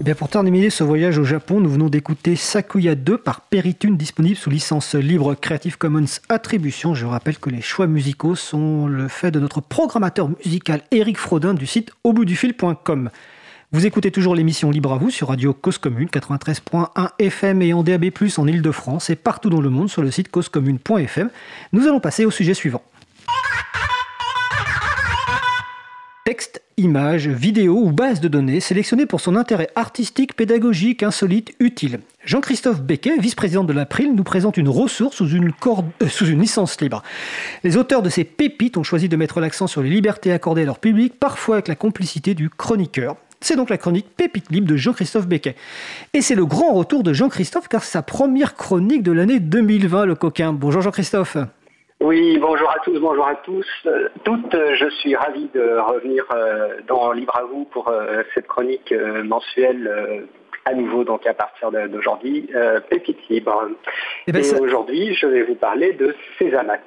Bien, pour terminer ce voyage au Japon, nous venons d'écouter Sakuya 2 par Peritune, disponible sous licence libre Creative Commons Attribution. Je rappelle que les choix musicaux sont le fait de notre programmateur musical Éric Frodin du site auboutdufil.com. Vous écoutez toujours l'émission Libre à vous sur Radio Cause Commune 93.1 FM et en DAB+, en Ile-de-France et partout dans le monde sur le site causecommune.fm. Nous allons passer au sujet suivant. Texte, images, vidéos ou bases de données sélectionnées pour son intérêt artistique, pédagogique, insolite, utile. Jean-Christophe Becquet, vice-président de l'April, nous présente une ressource sous une licence libre. Les auteurs de ces pépites ont choisi de mettre l'accent sur les libertés accordées à leur public, parfois avec la complicité du chroniqueur. C'est donc la chronique Pépite Libre de Jean-Christophe Becquet. Et c'est le grand retour de Jean-Christophe, car c'est sa première chronique de l'année 2020, le coquin. Bonjour Jean-Christophe. Oui, bonjour à tous, bonjour à tous. Toutes, je suis ravi de revenir dans Libre à vous pour cette chronique mensuelle à nouveau, donc à partir d'aujourd'hui, Pépite Libre. Et aujourd'hui, je vais vous parler de Sésamat.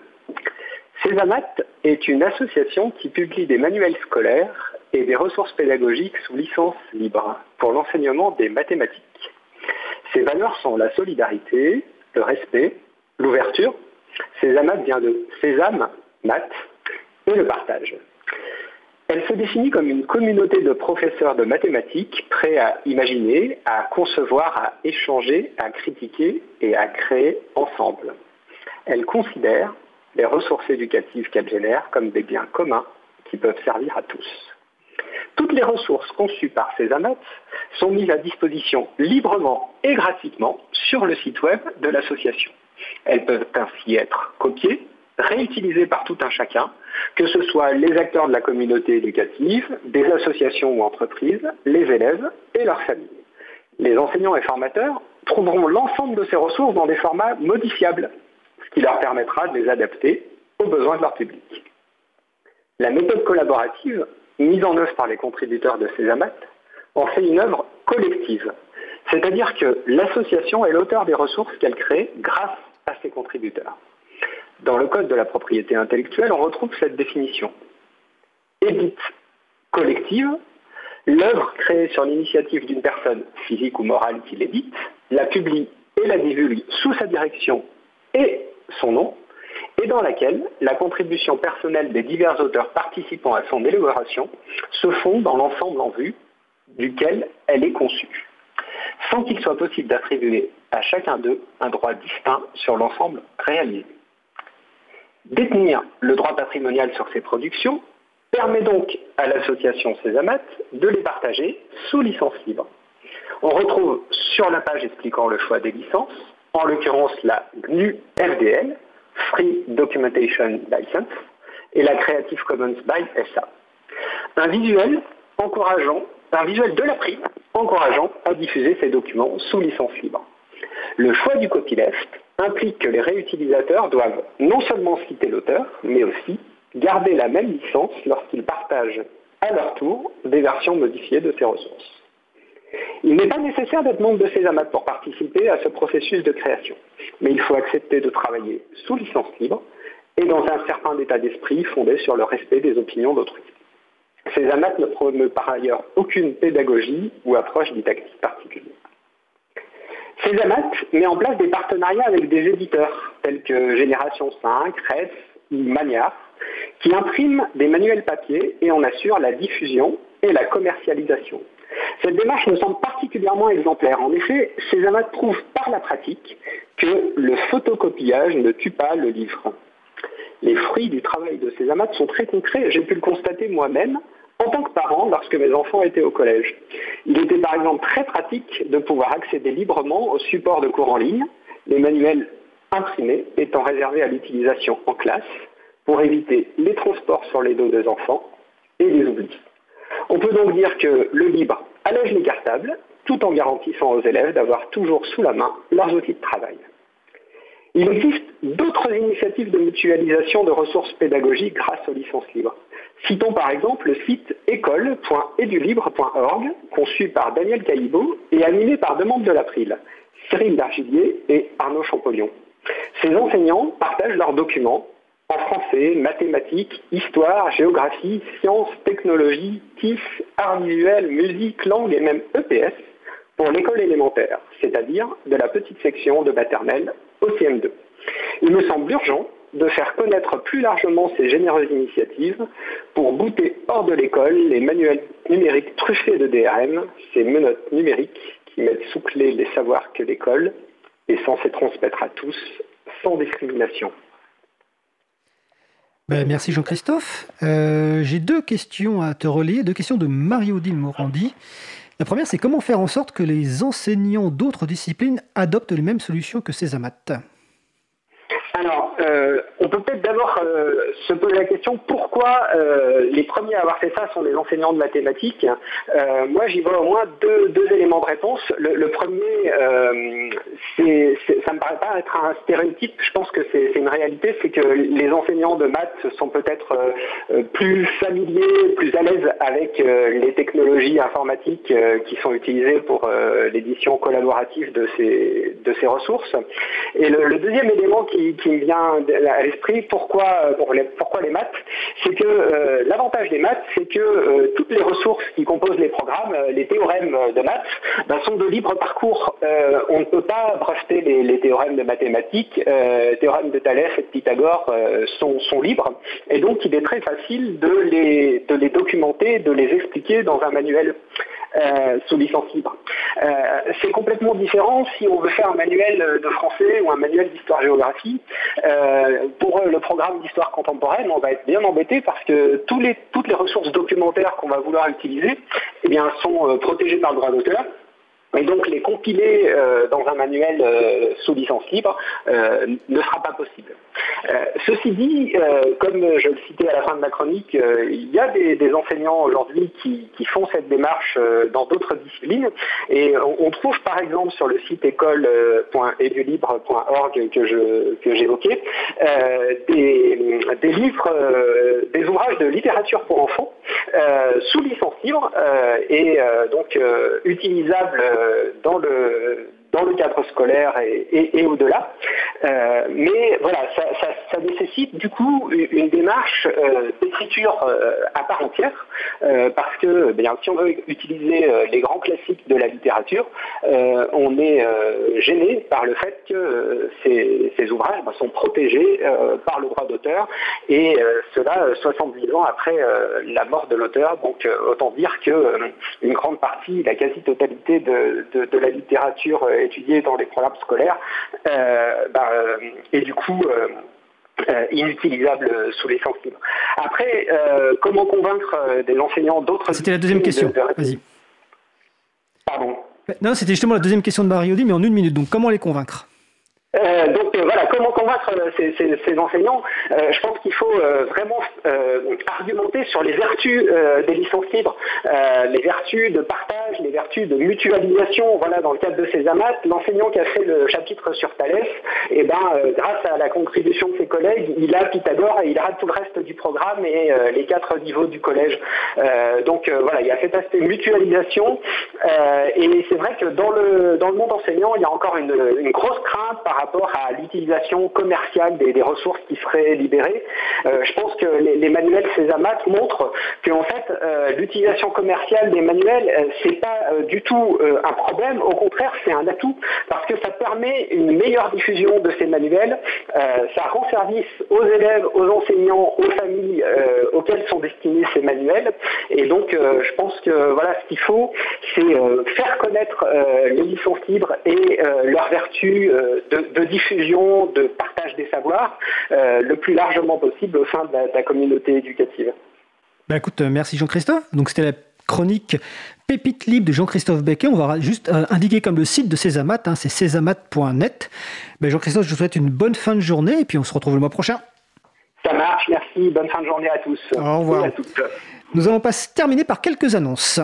Sésamat est une association qui publie des manuels scolaires et des ressources pédagogiques sous licence libre pour l'enseignement des mathématiques. Ses valeurs sont la solidarité, le respect, l'ouverture. Sésamat vient de sésame, maths, et le partage. Elle se définit comme une communauté de professeurs de mathématiques prêts à imaginer, à concevoir, à échanger, à critiquer et à créer ensemble. Elle considère les ressources éducatives qu'elle génère comme des biens communs qui peuvent servir à tous. Toutes les ressources conçues par Sésamat sont mises à disposition librement et gratuitement sur le site web de l'association. Elles peuvent ainsi être copiées, réutilisées par tout un chacun, que ce soit les acteurs de la communauté éducative, des associations ou entreprises, les élèves et leurs familles. Les enseignants et formateurs trouveront l'ensemble de ces ressources dans des formats modifiables, ce qui leur permettra de les adapter aux besoins de leur public. La méthode collaborative, mise en œuvre par les contributeurs de Sésamat, en fait une œuvre collective. C'est-à-dire que l'association est l'auteur des ressources qu'elle crée grâce à ses contributeurs. Dans le Code de la propriété intellectuelle, on retrouve cette définition. Édite collective, l'œuvre créée sur l'initiative d'une personne physique ou morale qui l'édite, la publie et la divulgue sous sa direction et son nom, et dans laquelle la contribution personnelle des divers auteurs participant à son élaboration se fond dans l'ensemble en vue duquel elle est conçue, sans qu'il soit possible d'attribuer à chacun d'eux un droit distinct sur l'ensemble réalisé. Détenir le droit patrimonial sur ces productions permet donc à l'association Sésamat de les partager sous licence libre. On retrouve sur la page expliquant le choix des licences, en l'occurrence la GNU FDL, Free Documentation License, et la Creative Commons by SA. Un visuel de l'April encourageant à diffuser ces documents sous licence libre. Le choix du copyleft implique que les réutilisateurs doivent non seulement citer l'auteur, mais aussi garder la même licence lorsqu'ils partagent à leur tour des versions modifiées de ces ressources. Il n'est pas nécessaire d'être membre de Sésamat pour participer à ce processus de création, mais il faut accepter de travailler sous licence libre et dans un certain état d'esprit fondé sur le respect des opinions d'autrui. Sésamat ne promeut par ailleurs aucune pédagogie ou approche didactique particulière. Sésamat met en place des partenariats avec des éditeurs tels que Génération 5, RES ou Maniar, qui impriment des manuels papier et en assurent la diffusion et la commercialisation. Cette démarche me semble particulièrement exemplaire. En effet, Sésamat prouve par la pratique que le photocopiage ne tue pas le livre. Les fruits du travail de Sésamat sont très concrets. J'ai pu le constater moi-même en tant que parent lorsque mes enfants étaient au collège. Il était par exemple très pratique de pouvoir accéder librement aux supports de cours en ligne, les manuels imprimés étant réservés à l'utilisation en classe pour éviter les transports sur les dos des enfants et les oublis. On peut donc dire que le libre allège les cartables tout en garantissant aux élèves d'avoir toujours sous la main leurs outils de travail. Il existe d'autres initiatives de mutualisation de ressources pédagogiques grâce aux licences libres. Citons par exemple le site école.edulibre.org, conçu par Daniel Caillebout et animé par deux membres de l'April, Cyril Dargillier et Arnaud Champollion. Ces enseignants partagent leurs documents en français, mathématiques, histoire, géographie, sciences, technologie, TIF, arts visuels, musique, langue et même EPS pour l'école élémentaire, c'est-à-dire de la petite section de maternelle au CM2. Il me semble urgent de faire connaître plus largement ces généreuses initiatives pour bouter hors de l'école les manuels numériques truffés de DRM, ces menottes numériques qui mettent sous clé les savoirs que l'école est censée transmettre à tous sans discrimination. Merci Jean-Christophe. J'ai deux questions à te relayer, deux questions de Marie-Odile Morandi. La première, c'est comment faire en sorte que les enseignants d'autres disciplines adoptent les mêmes solutions que Césamat ? Alors, on peut peut-être d'abord se poser la question pourquoi les premiers à avoir fait ça sont les enseignants de mathématiques. Moi, j'y vois au moins deux éléments de réponse. Le premier, ça me paraît pas être un stéréotype. Je pense que c'est une réalité, c'est que les enseignants de maths sont peut-être plus familiers, plus à l'aise avec les technologies informatiques qui sont utilisées pour l'édition collaborative de ces ressources. Et le deuxième élément qui me vient à l'esprit, pourquoi les maths, c'est que l'avantage des maths, c'est que toutes les ressources qui composent les programmes, les théorèmes de maths, sont de libre parcours. On ne peut pas breveter les théorèmes de mathématiques, théorèmes de Thalès et de Pythagore sont libres, et donc il est très facile de les documenter, de les expliquer dans un manuel sous licence libre. C'est complètement différent si on veut faire un manuel de français ou un manuel d'histoire-géographie. Pour le programme d'histoire contemporaine, on va être bien embêté parce que toutes les ressources documentaires qu'on va vouloir utiliser sont protégées par le droit d'auteur. Et donc les compiler dans un manuel sous licence libre ne sera pas possible. Ceci dit, comme je le citais à la fin de ma chronique, il y a des enseignants aujourd'hui qui font cette démarche dans d'autres disciplines. Et on trouve par exemple sur le site école.edulibre.org que j'évoquais, des livres, des ouvrages de littérature pour enfants sous licence libre et donc utilisables dans le cadre scolaire et au-delà. Mais voilà, ça nécessite du coup une démarche d'écriture à part entière, parce que si on veut utiliser les grands classiques de la littérature, on est gêné par le fait que ces ouvrages sont protégés par le droit d'auteur, et cela 70 ans après la mort de l'auteur. Donc autant dire qu'une grande partie, la quasi-totalité de la littérature étudiée dans les programmes scolaires est du coup inutilisable sous licence libre. Après, comment convaincre des enseignants d'autres... C'était la deuxième question, vas-y. Pardon. Non, c'était justement la deuxième question de Marie-Odile, mais en 1 minute. Donc, comment les convaincre ? Voilà, comment convaincre ces enseignants. Je pense qu'il faut vraiment argumenter sur les vertus des licences libres, les vertus de partage, les vertus de mutualisation. Voilà, dans le cadre de Césamat, l'enseignant qui a fait le chapitre sur Thalès, grâce à la contribution de ses collègues, il a Pythagore et il a tout le reste du programme et les 4 niveaux du collège. Voilà, il y a cet aspect mutualisation, et c'est vrai que dans le monde enseignant, il y a encore une grosse crainte par rapport à l'utilisation commerciale des ressources qui seraient libérées. Je pense que les manuels Césamat montrent qu'en fait, l'utilisation commerciale des manuels, c'est pas du tout un problème. Au contraire, c'est un atout, parce que ça permet une meilleure diffusion de ces manuels. Ça rend service aux élèves, aux enseignants, aux familles auxquelles sont destinés ces manuels. Et donc, je pense que voilà, ce qu'il faut, c'est faire connaître les licences libres et leurs vertus de diffusion, de partage des savoirs, le plus largement possible au sein de la communauté éducative. Écoute, merci Jean-Christophe. Donc c'était la chronique Pépite libre de Jean-Christophe Becquet. On va juste indiquer comme le site de Césamat, c'est césamat.net. Jean-Christophe, je vous souhaite une bonne fin de journée et puis on se retrouve le mois prochain. Ça marche, merci. Bonne fin de journée à tous. Au revoir. Et à toutes. Nous allons terminer par quelques annonces.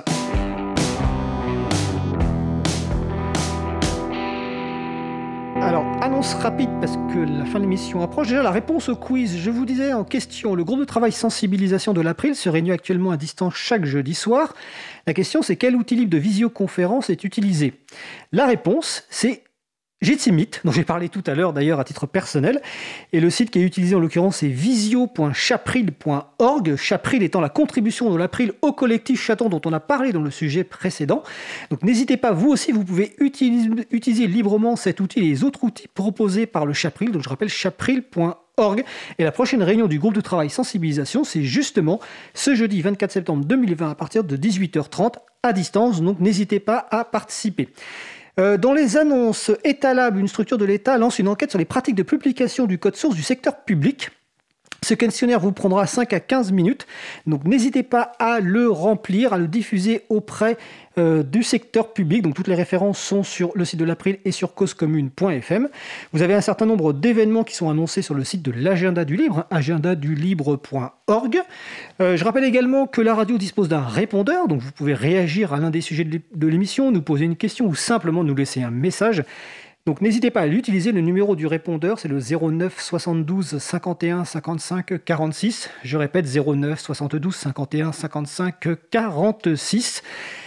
Alors, annonce rapide parce que la fin de l'émission approche. Déjà, la réponse au quiz. Je vous disais en question, le groupe de travail sensibilisation de l'April se réunit actuellement à distance chaque jeudi soir. La question, c'est quel outil libre de visioconférence est utilisé ? La réponse, c'est Jitsi Meet, dont j'ai parlé tout à l'heure d'ailleurs à titre personnel, et le site qui est utilisé en l'occurrence c'est visio.chapril.org, Chapril étant la contribution de l'April au collectif Chaton dont on a parlé dans le sujet précédent. Donc n'hésitez pas, vous aussi vous pouvez utiliser librement cet outil et les autres outils proposés par le Chapril, donc je rappelle chapril.org. Et la prochaine réunion du groupe de travail sensibilisation, c'est justement ce jeudi 24 septembre 2020 à partir de 18h30 à distance, donc n'hésitez pas à participer. Dans les annonces, Etalab, une structure de l'État, lance une enquête sur les pratiques de publication du code source du secteur public. Ce questionnaire vous prendra 5 à 15 minutes, donc n'hésitez pas à le remplir, à le diffuser auprès du secteur public. Donc toutes les références sont sur le site de l'April et sur causecommune.fm. Vous avez un certain nombre d'événements qui sont annoncés sur le site de l'Agenda du Libre, agendadulibre.org. Je rappelle également que la radio dispose d'un répondeur, donc vous pouvez réagir à l'un des sujets de l'émission, nous poser une question ou simplement nous laisser un message. Donc n'hésitez pas à l'utiliser, le numéro du répondeur c'est le 09 72 51 55 46. Je répète 09 72 51 55 46.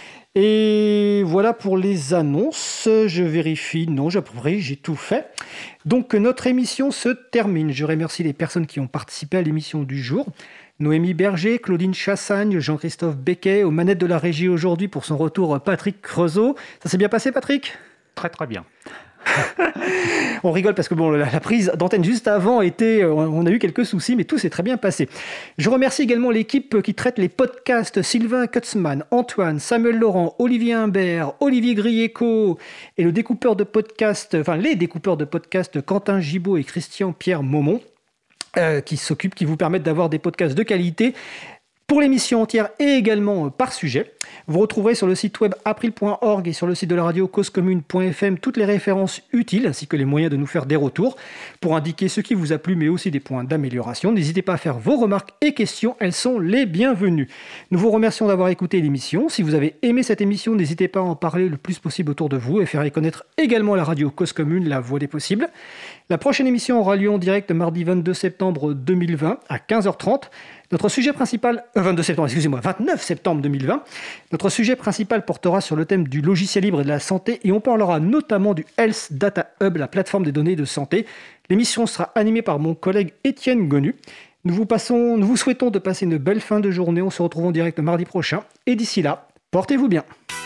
Et voilà pour les annonces. Je vérifie, non, j'ai tout fait. Donc notre émission se termine. Je remercie les personnes qui ont participé à l'émission du jour. Noémie Berger, Claudine Chassagne, Jean-Christophe Becquet, aux manettes de la régie aujourd'hui pour son retour Patrick Creusot. Ça s'est bien passé Patrick ? Très très bien. On rigole parce que bon, la prise d'antenne juste avant était, on a eu quelques soucis, mais tout s'est très bien passé. Je remercie également l'équipe qui traite les podcasts, Sylvain Kutzmann, Antoine, Samuel Laurent, Olivier Imbert, Olivier Grieco et les découpeurs de podcasts Quentin Gibaud et Christian Pierre Maumont, qui vous permettent d'avoir des podcasts de qualité pour l'émission entière et également par sujet. Vous retrouverez sur le site web april.org et sur le site de la radio causecommune.fm toutes les références utiles ainsi que les moyens de nous faire des retours pour indiquer ce qui vous a plu mais aussi des points d'amélioration. N'hésitez pas à faire vos remarques et questions, elles sont les bienvenues. Nous vous remercions d'avoir écouté l'émission. Si vous avez aimé cette émission, n'hésitez pas à en parler le plus possible autour de vous et faire connaître également la radio Cause Commune, la voix des possibles. La prochaine émission aura lieu en direct mardi 22 septembre 2020 à 15h30. Notre sujet principal, 29 septembre 2020, notre sujet principal portera sur le thème du logiciel libre et de la santé et on parlera notamment du Health Data Hub, la plateforme des données de santé. L'émission sera animée par mon collègue Étienne Gonu. Nous vous souhaitons de passer une belle fin de journée. On se retrouve en direct mardi prochain et d'ici là, portez-vous bien.